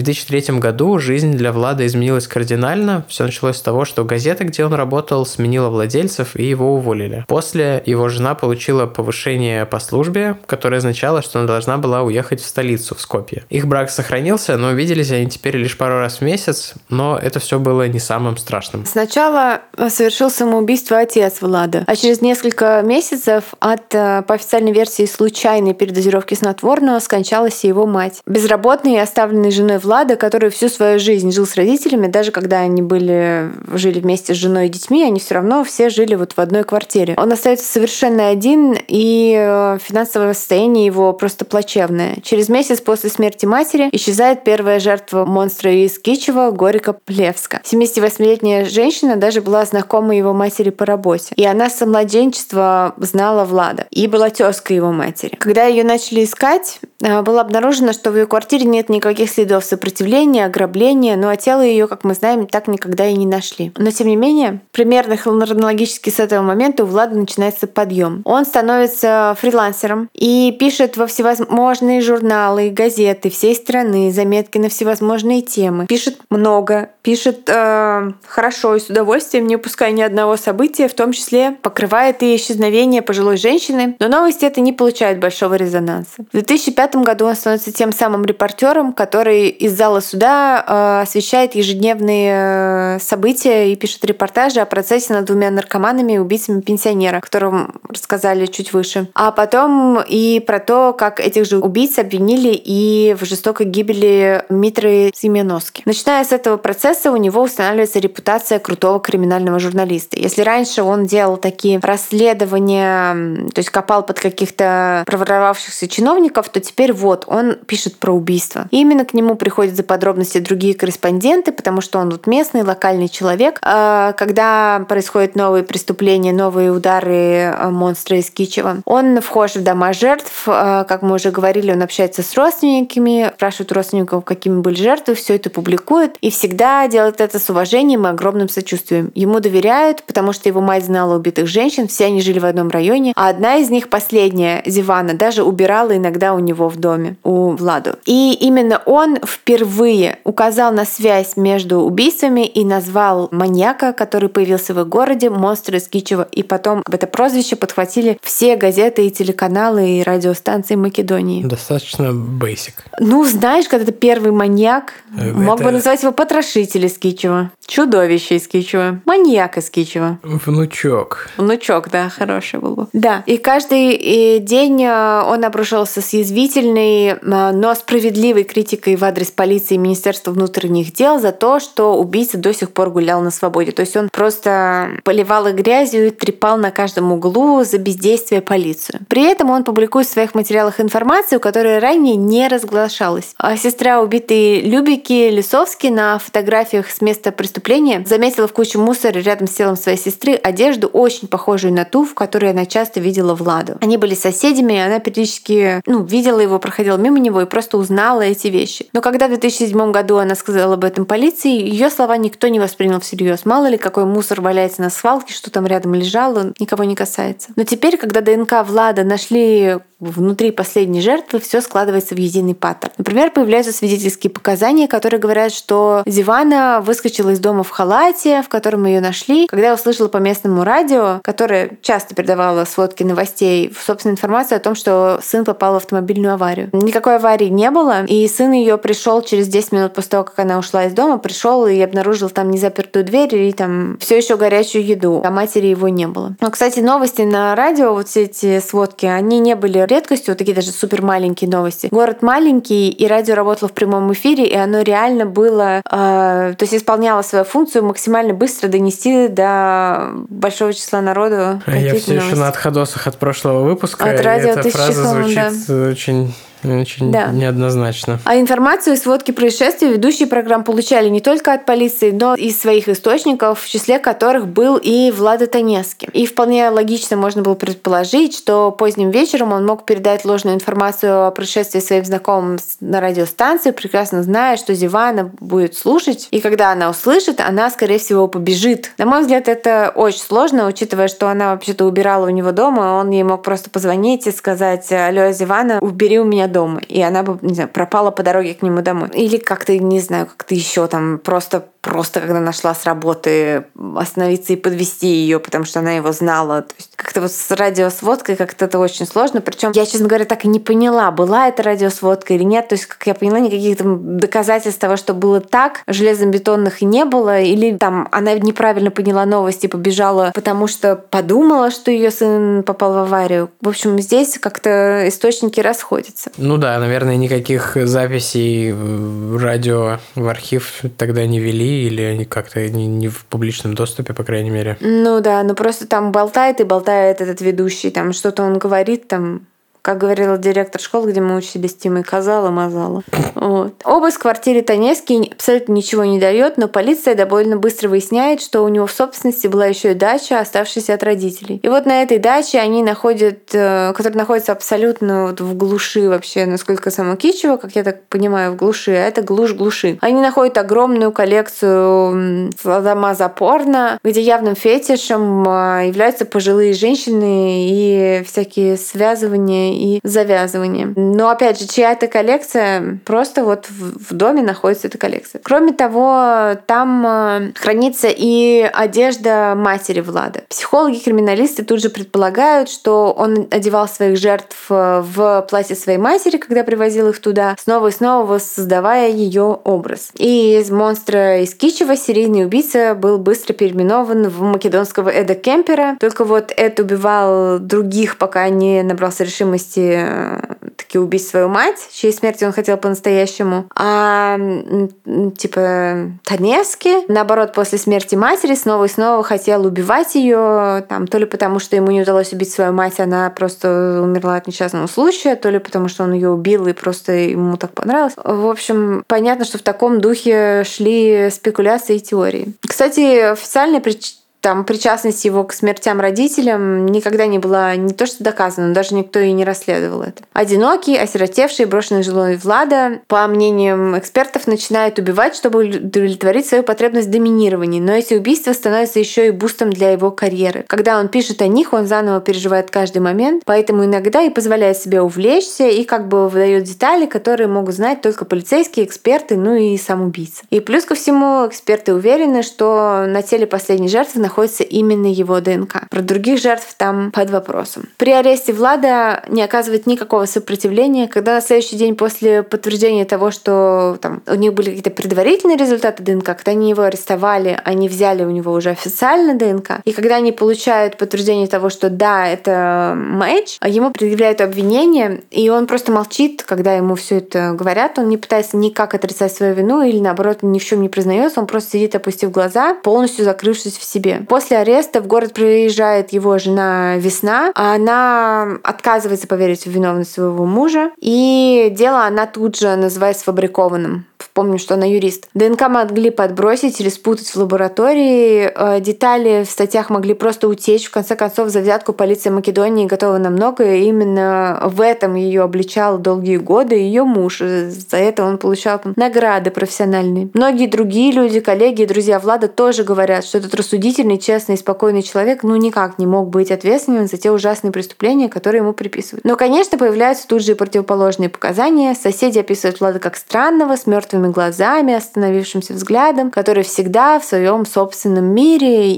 2003 году жизнь для Влада изменилась кардинально. Все началось с того, что газета, где он работал, сменила владельцев и его уволили. После его жена получила повышение по службе, которое означало, что она должна была уехать в столицу, в Скопье. Их брак сохранился, но виделись они теперь лишь пару раз в месяц, но это все было не самым страшным. Сначала совершил самоубийство отец Влада, а через несколько месяцев от, по официальной версии, случайной передозировки снотворного скончалась и его мать. Безработный и оставленный женой Влада, который всю свою жизнь жил с родителями, даже когда они жили вместе с женой и детьми, они все равно все жили вот в одной квартире. Он остается совершенно один, и финансовое состояние его просто плачевное. Через месяц после смерти матери исчезает первая жертва монстра из Кичева, Горика Плевска. 78-летняя женщина даже была знакома его матери по работе. И она со младенчества знала Влада. И была тёзкой его матери. Когда ее начали искать, было обнаружено, что в ее квартире нет никаких следов сопротивления, ограбления, ну а тело ее, как мы знаем, так никогда и не нашли. Но тем не менее, примерно хронологически с этого момента у Влада начинается подъем. Он становится фрилансером и пишет во всевозможные журналы, газеты всей страны, заметки на всевозможные темы. Пишет много, пишет хорошо и с удовольствием, не упуская ни одного события, в том числе покрывает и исчезновение пожилой женщины. Но новости это не получают большого резонанса. В 2005 году он становится тем самым репортером, который из зала суда освещает ежедневные события и пишет репортажи о процессе над 2 наркоманами и убийцами пенсионера, о котором рассказали чуть выше. А потом и про то, как этих же убийц обвинили и в жестокой гибели Митры Семеновски. Начиная с этого процесса у него устанавливается репутация крутого криминального журналиста. Если раньше он делал такие расследования, то есть копал под каких-то проворовавшихся чиновников, то теперь вот он пишет про убийство. И именно к нему приходят за подробности другие корреспонденты, потому что он вот местный, локальный человек. Когда происходят новые преступления, новые удары монстра из Кичева, он вхож в дома жертв. Как мы уже говорили, он общается с родственниками, спрашивает у родственников, какими были жертвы, все это публикует. И всегда делает это с уважением и огромным сочувствием. Ему доверяют, потому что его мать знала убитых женщин, все они жили в одном районе, а одна из них, последняя, Зивана, даже убирала иногда у него в доме, у Владу. И именно он впервые указал на связь между убийствами и назвал маньяка, который появился в их городе, монстр из Кичева. И потом это прозвище подхватили все газеты и телеканалы и радиостанции Македонии. Достаточно basic. Ну, знаешь, когда это первый маньяк, мог бы назвать его потрошитель из Кичева, чудовище из Кичева, маньяк из Кичева. Внучок. Внучок, да, хороший был бы. Да, и каждый день он обрушивался с язвительной, но справедливой критикой в адрес полиции и Министерства внутренних дел за то, что убийца до сих пор гулял на свободе. То есть он просто поливал их грязью и трепал на каждом углу за бездействие полицию. При этом он публикует в своих материалах информацию, которая ранее не разглашалась. А сестра убитой Любики Лисовски на фотографиях с места преступления заметила в куче мусора рядом с телом своей сестры одежду, очень похожую на ту, в которой она часто видела Владу. Они были соседями, и она периодически видела его, проходила мимо него и просто узнала эти вещи. Но когда в 2007 году она сказала об этом полиции, ее слова никто не воспринял всерьез. Мало ли, какой мусор валяется на свалке, что там рядом лежало, никого не касается. Но теперь, когда ДНК Влада нашли внутри последней жертвы, все складывается в единый паттерн. Например, появляются свидетельские показания, которые говорят, что Зивана выскочила из дома в халате, в котором ее нашли, когда услышала по местному радио, которое часто передавало сводки новостей, собственную информацию о том, что сын попал в автомобильную аварию. Никакой аварии не было, и сын ее пришел через 10 минут после того, как она ушла из дома, пришел и обнаружил там незапертую дверь и там все еще горячую еду, а матери его не было. Но, кстати, новости на радио, вот все эти сводки, они не были редкостью, вот такие даже супер маленькие новости. Город маленький, и радио работало в прямом эфире, и оно реально было, то есть исполняло свою функцию максимально быстро донести до большого числа народу. Я все еще на отходосах от прошлого выпуска, от и радио эта фраза звучит очень да. неоднозначно. А информацию и сводки происшествий ведущие программ получали не только от полиции, но и из своих источников, в числе которых был и Влада Таневский. И вполне логично можно было предположить, что поздним вечером он мог передать ложную информацию о происшествии своим знакомым на радиостанции, прекрасно зная, что Зивана будет слушать, и когда она услышит, она, скорее всего, побежит. На мой взгляд, это очень сложно, учитывая, что она вообще-то убирала у него дома, он ей мог просто позвонить и сказать: «Алло, Зивана, убери у меня меня дома, и она бы, не знаю, пропала по дороге к нему домой. Или как-то, не знаю, как-то еще там просто когда нашла с работы, остановиться и подвести ее, потому что она его знала. То есть как-то вот с радиосводкой как-то это очень сложно. Причем я, честно говоря, так и не поняла, была это радиосводка или нет. То есть, как я поняла, никаких там доказательств того, что было так, железобетонных и не было. Или там она неправильно поняла новость и побежала, потому что подумала, что ее сын попал в аварию. В общем, здесь как-то источники расходятся. Ну да, наверное, никаких записей радио в архив тогда не вели, или они как-то не в публичном доступе, по крайней мере. Ну да, ну просто там болтает и болтает этот ведущий, там что-то он говорит, там, как говорила директор школы, где мы учились, Тимой, казала-мазала. Вот. Обыск в квартире Таневски абсолютно ничего не дает, но полиция довольно быстро выясняет, что у него в собственности была еще и дача, оставшаяся от родителей. И вот на этой даче они находят, которая находится абсолютно вот в глуши вообще, насколько само Кичево, как я так понимаю, в глуши, а это глушь-глуши. Они находят огромную коллекцию самаза порно, где явным фетишем являются пожилые женщины и всякие связывания и завязывание. Но, опять же, чья-то коллекция, просто вот в доме находится эта коллекция. Кроме того, там хранится и одежда матери Влада. Психологи-криминалисты тут же предполагают, что он одевал своих жертв в платье своей матери, когда привозил их туда, снова и снова воссоздавая ее образ. И из монстра из Кичева серийный убийца был быстро переименован в македонского Эда Кемпера. Только вот Эд убивал других, пока не набрался решимости таки убить свою мать, чьей смерти он хотел по-настоящему. А типа Таневски, наоборот, после смерти матери снова и снова хотел убивать ее, там, то ли потому, что ему не удалось убить свою мать, она просто умерла от несчастного случая, то ли потому, что он ее убил и просто ему так понравилось. В общем, понятно, что в таком духе шли спекуляции и теории. Кстати, официальная причастность его к смертям родителям никогда не была не то что доказана, но даже никто и не расследовал это. Одинокий, осиротевший, брошенный женой Влада, по мнениям экспертов, начинает убивать, чтобы удовлетворить свою потребность в доминировании. Но эти убийства становятся еще и бустом для его карьеры. Когда он пишет о них, он заново переживает каждый момент, поэтому иногда и позволяет себе увлечься и как бы выдает детали, которые могут знать только полицейские, эксперты, ну и сам убийца. И плюс ко всему, эксперты уверены, что на теле последней жертвы находится именно его ДНК. Про других жертв там под вопросом. При аресте Влада не оказывает никакого сопротивления. Когда на следующий день после подтверждения того, что там у них были какие-то предварительные результаты ДНК, когда они его арестовали, они взяли у него уже официально ДНК. И когда они получают подтверждение того, что да, это матч, ему предъявляют обвинение, и он просто молчит, когда ему все это говорят. Он не пытается никак отрицать свою вину или, наоборот, ни в чем не признается. Он просто сидит, опустив глаза, полностью закрывшись в себе. После ареста в город приезжает его жена Весна. Она отказывается поверить в виновность своего мужа. И дело она тут же называет сфабрикованным. Помню, что она юрист. ДНК могли подбросить или спутать в лаборатории. Детали в статьях могли просто утечь. В конце концов, за взятку полиция Македонии готова на многое. И именно в этом ее обличал долгие годы ее муж. За это он получал награды профессиональные. Многие другие люди, коллеги и друзья Влада тоже говорят, что этот рассудительный, честный и спокойный человек никак не мог быть ответственен за те ужасные преступления, которые ему приписывают. Но, конечно, появляются тут же и противоположные показания. Соседи описывают Влада как странного, с мертвыми глазами, остановившимся взглядом, который всегда в своем собственном мире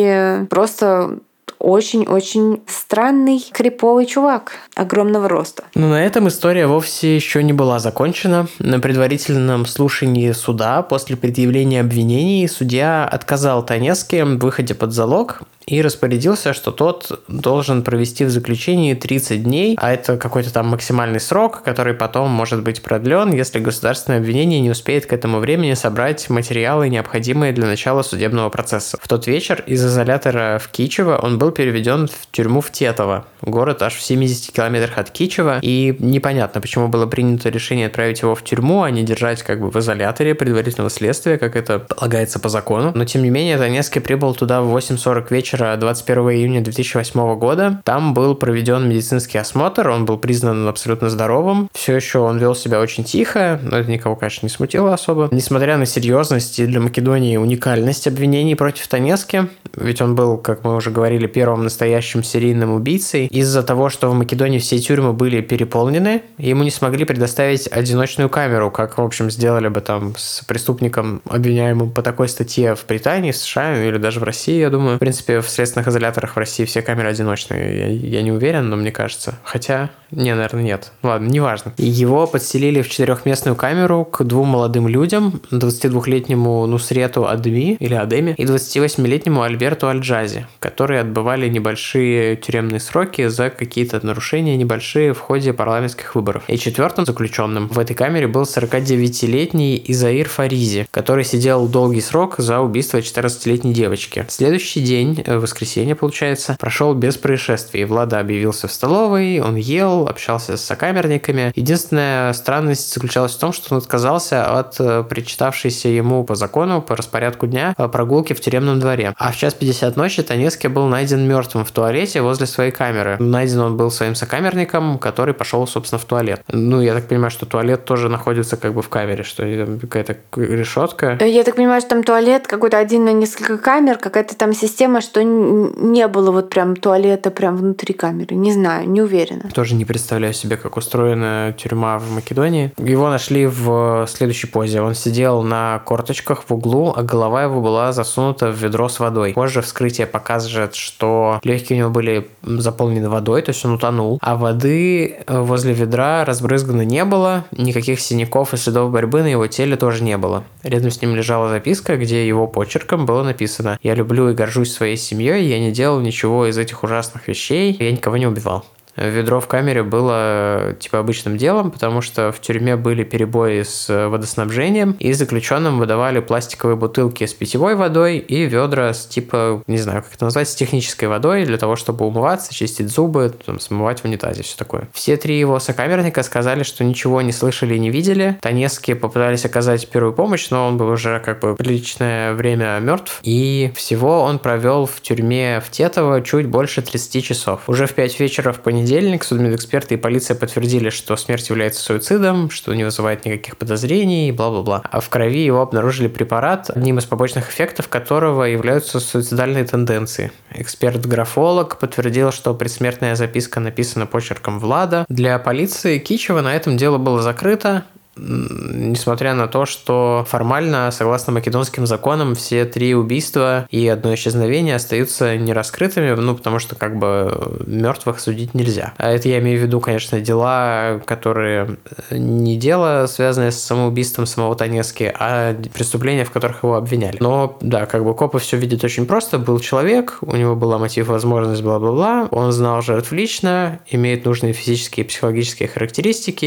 и просто очень-очень странный, криповый чувак огромного роста. Но на этом история вовсе еще не была закончена. На предварительном слушании суда после предъявления обвинений судья отказал Таневски в выходе под залог и распорядился, что тот должен провести в заключении 30 дней, а это какой-то там максимальный срок, который потом может быть продлен, если государственное обвинение не успеет к этому времени собрать материалы, необходимые для начала судебного процесса. В тот вечер из изолятора в Кичево он был переведен в тюрьму в Тетово, город аж в 70 километрах от Кичева, и непонятно, почему было принято решение отправить его в тюрьму, а не держать как бы в изоляторе предварительного следствия, как это полагается по закону. Но тем не менее, Таневски прибыл туда в 8:40 вечера 21 июня 2008 года. Там был проведен медицинский осмотр, он был признан абсолютно здоровым. Все еще он вел себя очень тихо, но это никого, конечно, не смутило особо. Несмотря на серьезность и для Македонии уникальность обвинений против Таневски, ведь он был, как мы уже говорили, первым настоящим серийным убийцей, из-за того, что в Македонии все тюрьмы были переполнены, ему не смогли предоставить одиночную камеру, как, в общем, сделали бы там с преступником, обвиняемым по такой статье в Британии, в США или даже в России, я думаю. В принципе, в следственных изоляторах в России все камеры одиночные. Я не уверен, но мне кажется. Хотя, наверное, нет. Ладно, неважно. Его подселили в 4-местную камеру к 2 молодым людям, 22-летнему Нусрету Адеми или Адеми и 28-летнему Альберту Аль-Джази, которые отбывали небольшие тюремные сроки за какие-то нарушения небольшие в ходе парламентских выборов. И 4-м заключенным в этой камере был 49-летний Изаир Фаризи, который сидел долгий срок за убийство 14-летней девочки. Следующий день, воскресенье, получается, прошел без происшествий. Влада объявился в столовой, он ел, общался с сокамерниками. Единственная странность заключалась в том, что он отказался от причитавшейся ему по закону, по распорядку дня, прогулки в тюремном дворе. А в 1:50 ночи Танески был найден мертвым в туалете возле своей камеры. Найден он был своим сокамерником, который пошел, собственно, в туалет. Я так понимаю, что туалет тоже находится как бы в камере, что там какая-то решетка. Я так понимаю, что там туалет какой-то один на несколько камер, какая-то там система, что не было вот прям туалета прям внутри камеры. Не знаю, не уверена. Тоже не представляю себе, как устроена тюрьма в Македонии. Его нашли в следующей позе. Он сидел на корточках в углу, а голова его была засунута в ведро с водой. Позже вскрытие покажет, что легкие у него были заполнены водой, то есть он утонул, а воды возле ведра разбрызгано не было, никаких синяков и следов борьбы на его теле тоже не было. Рядом с ним лежала записка, где его почерком было написано: «Я люблю и горжусь своей семьей, я не делал ничего из этих ужасных вещей, я никого не убивал». Ведро в камере было обычным делом, потому что в тюрьме были перебои с водоснабжением, и заключенным выдавали пластиковые бутылки с питьевой водой и ведра с не знаю, как это назвать, с технической водой для того, чтобы умываться, чистить зубы, смывать в унитазе, все такое. Все 3 его сокамерника сказали, что ничего не слышали и не видели. Танески попытались оказать первую помощь, но он был уже приличное время мертв, и всего он провел в тюрьме в Тетово чуть больше 30 часов. Уже в 5 вечера в понедельник судмедэксперты и полиция подтвердили, что смерть является суицидом, что не вызывает никаких подозрений и бла-бла-бла. А в крови его обнаружили препарат, одним из побочных эффектов которого являются суицидальные тенденции. Эксперт-графолог подтвердил, что предсмертная записка написана почерком Влада. Для полиции Кичева на этом дело было закрыто, несмотря на то, что формально, согласно македонским законам, все 3 убийства и одно исчезновение остаются нераскрытыми, потому что мертвых судить нельзя. А это я имею в виду, конечно, дела, которые не дело, связанное с самоубийством самого Танески, а преступления, в которых его обвиняли. Но, да, копы все видят очень просто. Был человек, у него была мотив, возможность, бла-бла-бла, он знал жертв лично, имеет нужные физические и психологические характеристики,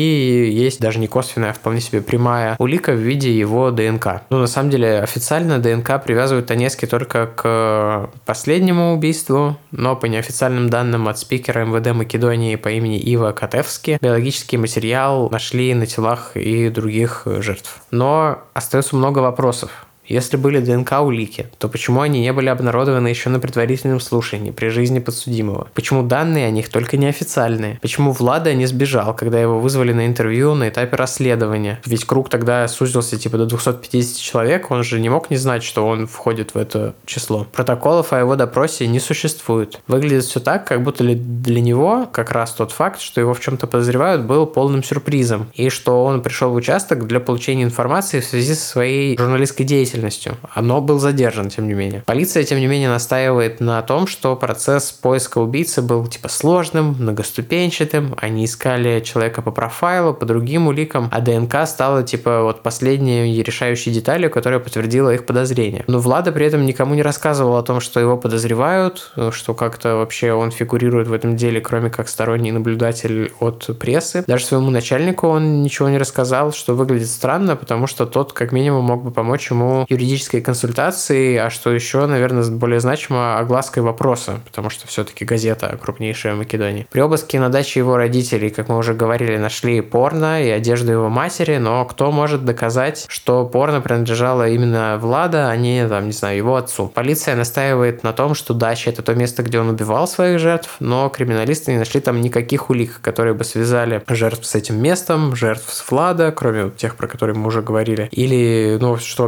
и есть даже не косвенная, а вполне себе прямая улика в виде его ДНК. На самом деле, официально ДНК привязывают Танески только к последнему убийству, но по неофициальным данным от спикера МВД Македонии по имени Ива Катевски биологический материал нашли на телах и других жертв. Но остается много вопросов. Если были ДНК-улики, то почему они не были обнародованы еще на предварительном слушании при жизни подсудимого? Почему данные о них только неофициальные? Почему Влада не сбежал, когда его вызвали на интервью на этапе расследования? Ведь круг тогда сузился до 250 человек, он же не мог не знать, что он входит в это число. Протоколов о его допросе не существует. Выглядит все так, как будто для него как раз тот факт, что его в чем-то подозревают, был полным сюрпризом, и что он пришел в участок для получения информации в связи со своей журналистской деятельностью. Но был задержан, тем не менее. Полиция, тем не менее, настаивает на том, что процесс поиска убийцы был сложным, многоступенчатым. Они искали человека по профайлу, по другим уликам, а ДНК стала последней решающей деталью, которая подтвердила их подозрения. Но Влада при этом никому не рассказывал о том, что его подозревают, что как-то вообще он фигурирует в этом деле, кроме как сторонний наблюдатель от прессы. Даже своему начальнику он ничего не рассказал, что выглядит странно, потому что тот, как минимум, мог бы помочь ему юридической консультации, а что еще, наверное, более значимо, оглаской вопроса, потому что все-таки газета крупнейшая в Македонии. При обыске на даче его родителей, как мы уже говорили, нашли порно и одежду его матери, но кто может доказать, что порно принадлежало именно Влада, а не, его отцу? Полиция настаивает на том, что дача — это то место, где он убивал своих жертв, но криминалисты не нашли там никаких улик, которые бы связали жертв с этим местом, жертв с Влада, кроме тех, про которые мы уже говорили, или, что вообще в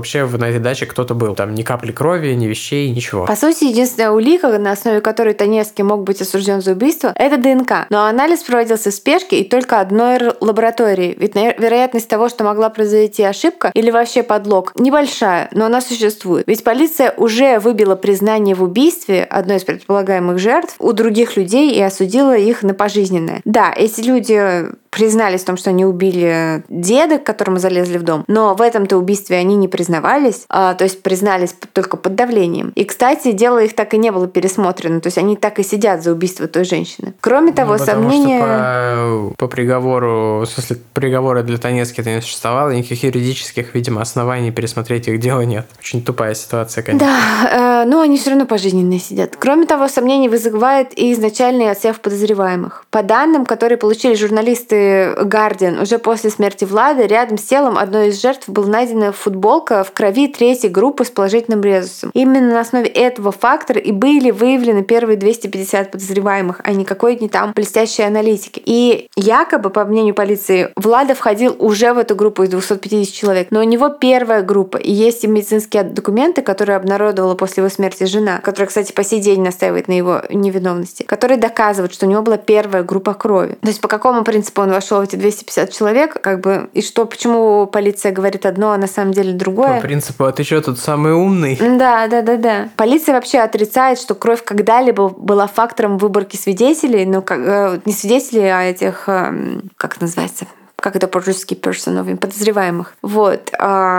на этой даче кто-то был. Там ни капли крови, ни вещей, ничего. По сути, единственная улика, на основе которой Таневский мог быть осужден за убийство, это ДНК. Но анализ проводился в спешке и только одной лаборатории. Ведь вероятность того, что могла произойти ошибка или вообще подлог, небольшая, но она существует. Ведь полиция уже выбила признание в убийстве одной из предполагаемых жертв у других людей и осудила их на пожизненное. Да, эти люди признались в том, что они убили деда, к которому залезли в дом, но в этом-то убийстве они не признавались, то есть признались только под давлением. И, кстати, дело их так и не было пересмотрено, то есть они так и сидят за убийство той женщины. Кроме того, сомнения... Что по приговору, в смысле, приговора для Таневских это не существовало, никаких юридических, видимо, оснований пересмотреть их дело нет. Очень тупая ситуация, конечно. Да, но они все равно пожизненно сидят. Кроме того, сомнений вызывает и изначальный отсев подозреваемых. По данным, которые получили журналисты Guardian, уже после смерти Влада рядом с телом одной из жертв была найдена футболка в крови третьей группы с положительным резусом. Именно на основе этого фактора и были выявлены первые 250 подозреваемых, а никакой не там блестящей аналитики. И якобы, по мнению полиции, Влада входил уже в эту группу из 250 человек, но у него первая группа, и есть и медицинские документы, которые обнародовала после его смерти жена, которая, кстати, по сей день настаивает на его невиновности, которые доказывают, что у него была первая группа крови. То есть по какому принципу он вошел в эти 250 человек, и что, почему полиция говорит одно, а на самом деле другое. По принципу, а ты что, тут самый умный? Да. Полиция вообще отрицает, что кровь когда-либо была фактором выборки свидетелей, но не свидетелей, а этих, как называется, как это по-русски, подозреваемых. Вот.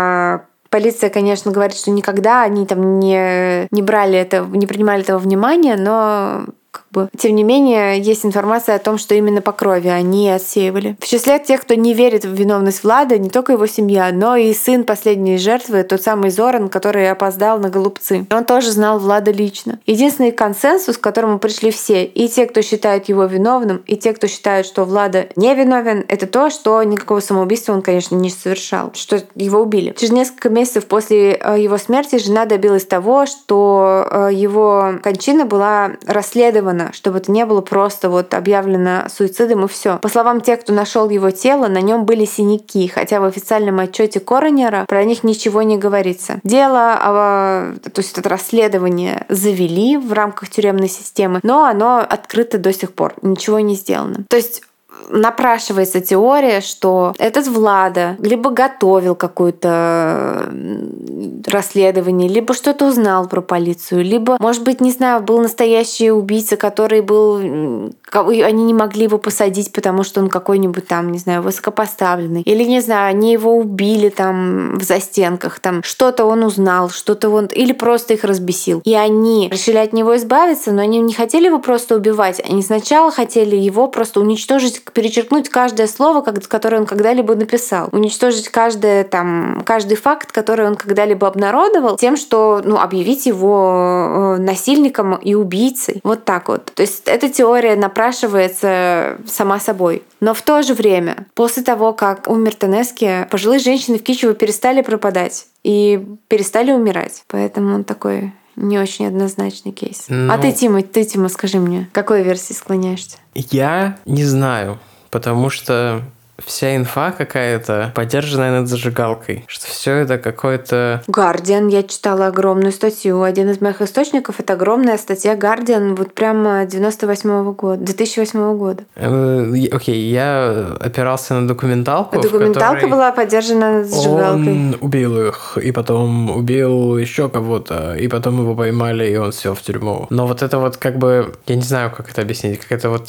Полиция, конечно, говорит, что никогда они там не брали это, не принимали этого внимания, но тем не менее, есть информация о том, что именно по крови они отсеивали. В числе тех, кто не верит в виновность Влада, не только его семья, но и сын последней жертвы, тот самый Зоран, который опоздал на голубцы. Он тоже знал Влада лично. Единственный консенсус, к которому пришли все, и те, кто считают его виновным, и те, кто считают, что Влада не виновен, это то, что никакого самоубийства он, конечно, не совершал, что его убили. Через несколько месяцев после его смерти жена добилась того, что его кончина была расследована, чтобы это не было просто объявлено суицидом и все. По словам тех, кто нашел его тело, на нем были синяки, хотя в официальном отчете коронера про них ничего не говорится. Дело, то есть это расследование завели в рамках тюремной системы, но оно открыто до сих пор, ничего не сделано. То есть напрашивается теория, что этот Влада либо готовил какое-то расследование, либо что-то узнал про полицию, либо, может быть, не знаю, был настоящий убийца, который был... Они не могли его посадить, потому что он какой-нибудь там, не знаю, высокопоставленный. Или, не знаю, они его убили там в застенках, там что-то он узнал, что-то он... Или просто их разбесил. И они решили от него избавиться, но они не хотели его просто убивать. Они сначала хотели его просто уничтожить, перечеркнуть каждое слово, которое он когда-либо написал. Уничтожить каждый факт, который он когда-либо обнародовал, тем, что объявить его насильником и убийцей. Вот так вот. То есть эта теория напрашивается сама собой. Но в то же время, после того, как умер Таневский, пожилые женщины в Кичево перестали пропадать и перестали умирать. Поэтому он такой не очень однозначный кейс. А ты, Тима, скажи мне, к какой версии склоняешься? Я не знаю, потому что вся инфа какая-то подержанная над зажигалкой, что все это какое-то... Guardian, я читала огромную статью. Один из моих источников — это огромная статья Guardian, вот прямо 2008 года. Окей, я опирался на документалку. Документалка была подержана над зажигалкой. Он убил их, и потом убил еще кого-то, и потом его поймали, и он сел в тюрьму. Но вот это вот я не знаю, как это объяснить, как это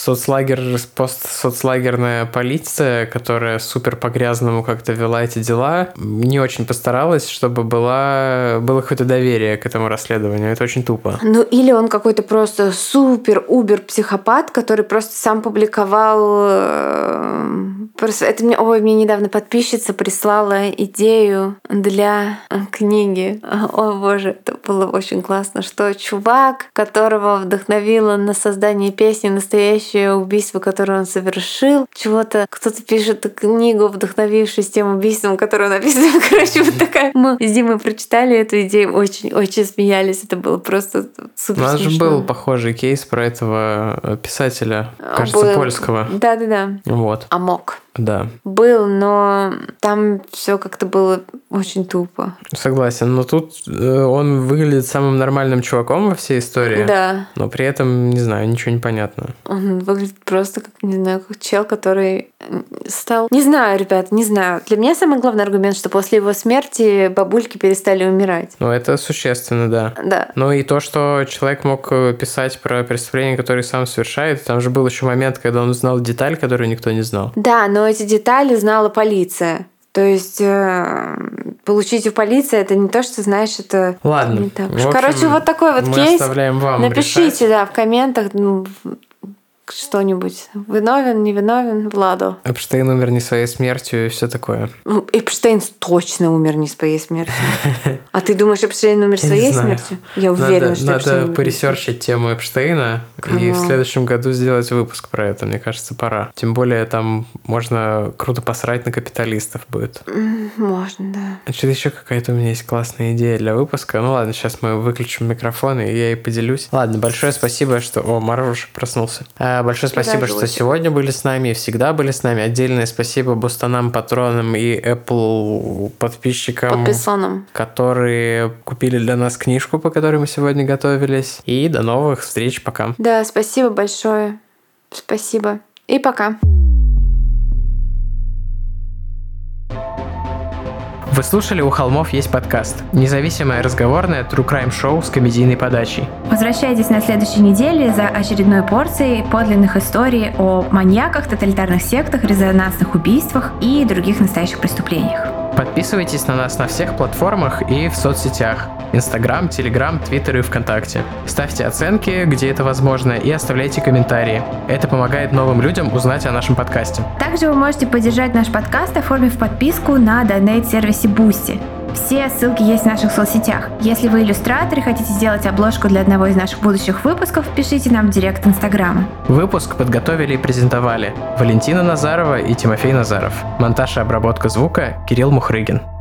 постсоцлагерная полиция, которая супер по-грязному как-то вела эти дела, не очень постаралась, чтобы было какое-то доверие к этому расследованию. Это очень тупо. Или он какой-то просто супер-убер-психопат, который просто сам публиковал... Мне недавно подписчица прислала идею для книги. О боже, это было очень классно, что чувак, которого вдохновило на создание песни «Настоящее убийство», которое он совершил, кто-то пишет книгу, вдохновившись тем убийством, которое написано. Короче, вот такая. Мы с Димой прочитали эту идею, очень-очень смеялись. Это было просто супер смешно. У нас же был похожий кейс про этого писателя, кажется, польского. Да. Вот. Амок. Да. Был, но там все как-то было очень тупо. Согласен, но тут он выглядит самым нормальным чуваком во всей истории. Да. Но при этом, не знаю, ничего не понятно. Он выглядит просто как, не знаю, как чел, который стал... Не знаю, ребят, не знаю. Для меня самый главный аргумент, что после его смерти бабульки перестали умирать. Ну, это существенно, да. Да. Ну и то, что человек мог писать про преступления, которые сам совершает, там же был еще момент, когда он узнал деталь, которую никто не знал. Да, но эти детали знала полиция. То есть получить у полиции это не то, что знаешь, это Ладно. не так. Общем, короче, вот такой вот мы кейс. оставляем вам Напишите, решать. да, в комментах что-нибудь. Виновен, не виновен, Владу. Эпштейн умер не своей смертью и все такое. Ну, Эпштейн точно умер не своей смертью. А ты думаешь, Эпштейн умер своей смертью? Я уверена, что Эпштейн Надо поресерчить тему Эпштейна и в следующем году сделать выпуск про это. Мне кажется, пора. Тем более там можно круто посрать на капиталистов будет. Можно, да. Значит, еще какая-то у меня есть классная идея для выпуска. Ну ладно, сейчас мы выключим микрофон, и я ей поделюсь. Ладно, большое спасибо, что... О, Мара уже проснулся. Большое спасибо, что сегодня были с нами и всегда были с нами. Отдельное спасибо бустанам, патронам и Apple подписчикам, которые купили для нас книжку, по которой мы сегодня готовились. И до новых встреч. Пока. Да, спасибо большое. Спасибо. И пока. Вы слушали «У холмов есть подкаст» – независимое разговорное true crime шоу с комедийной подачей. Возвращайтесь на следующей неделе за очередной порцией подлинных историй о маньяках, тоталитарных сектах, резонансных убийствах и других настоящих преступлениях. Подписывайтесь на нас на всех платформах и в соцсетях – Инстаграм, Телеграм, Твиттер и ВКонтакте. Ставьте оценки, где это возможно, и оставляйте комментарии. Это помогает новым людям узнать о нашем подкасте. Также вы можете поддержать наш подкаст, оформив подписку на донейт-сервисе Boosty. Все ссылки есть в наших соцсетях. Если вы иллюстратор и хотите сделать обложку для одного из наших будущих выпусков, пишите нам в директ Инстаграма. Выпуск подготовили и презентовали Валентина Назарова и Тимофей Назаров. Монтаж и обработка звука Кирилл Мухрыгин.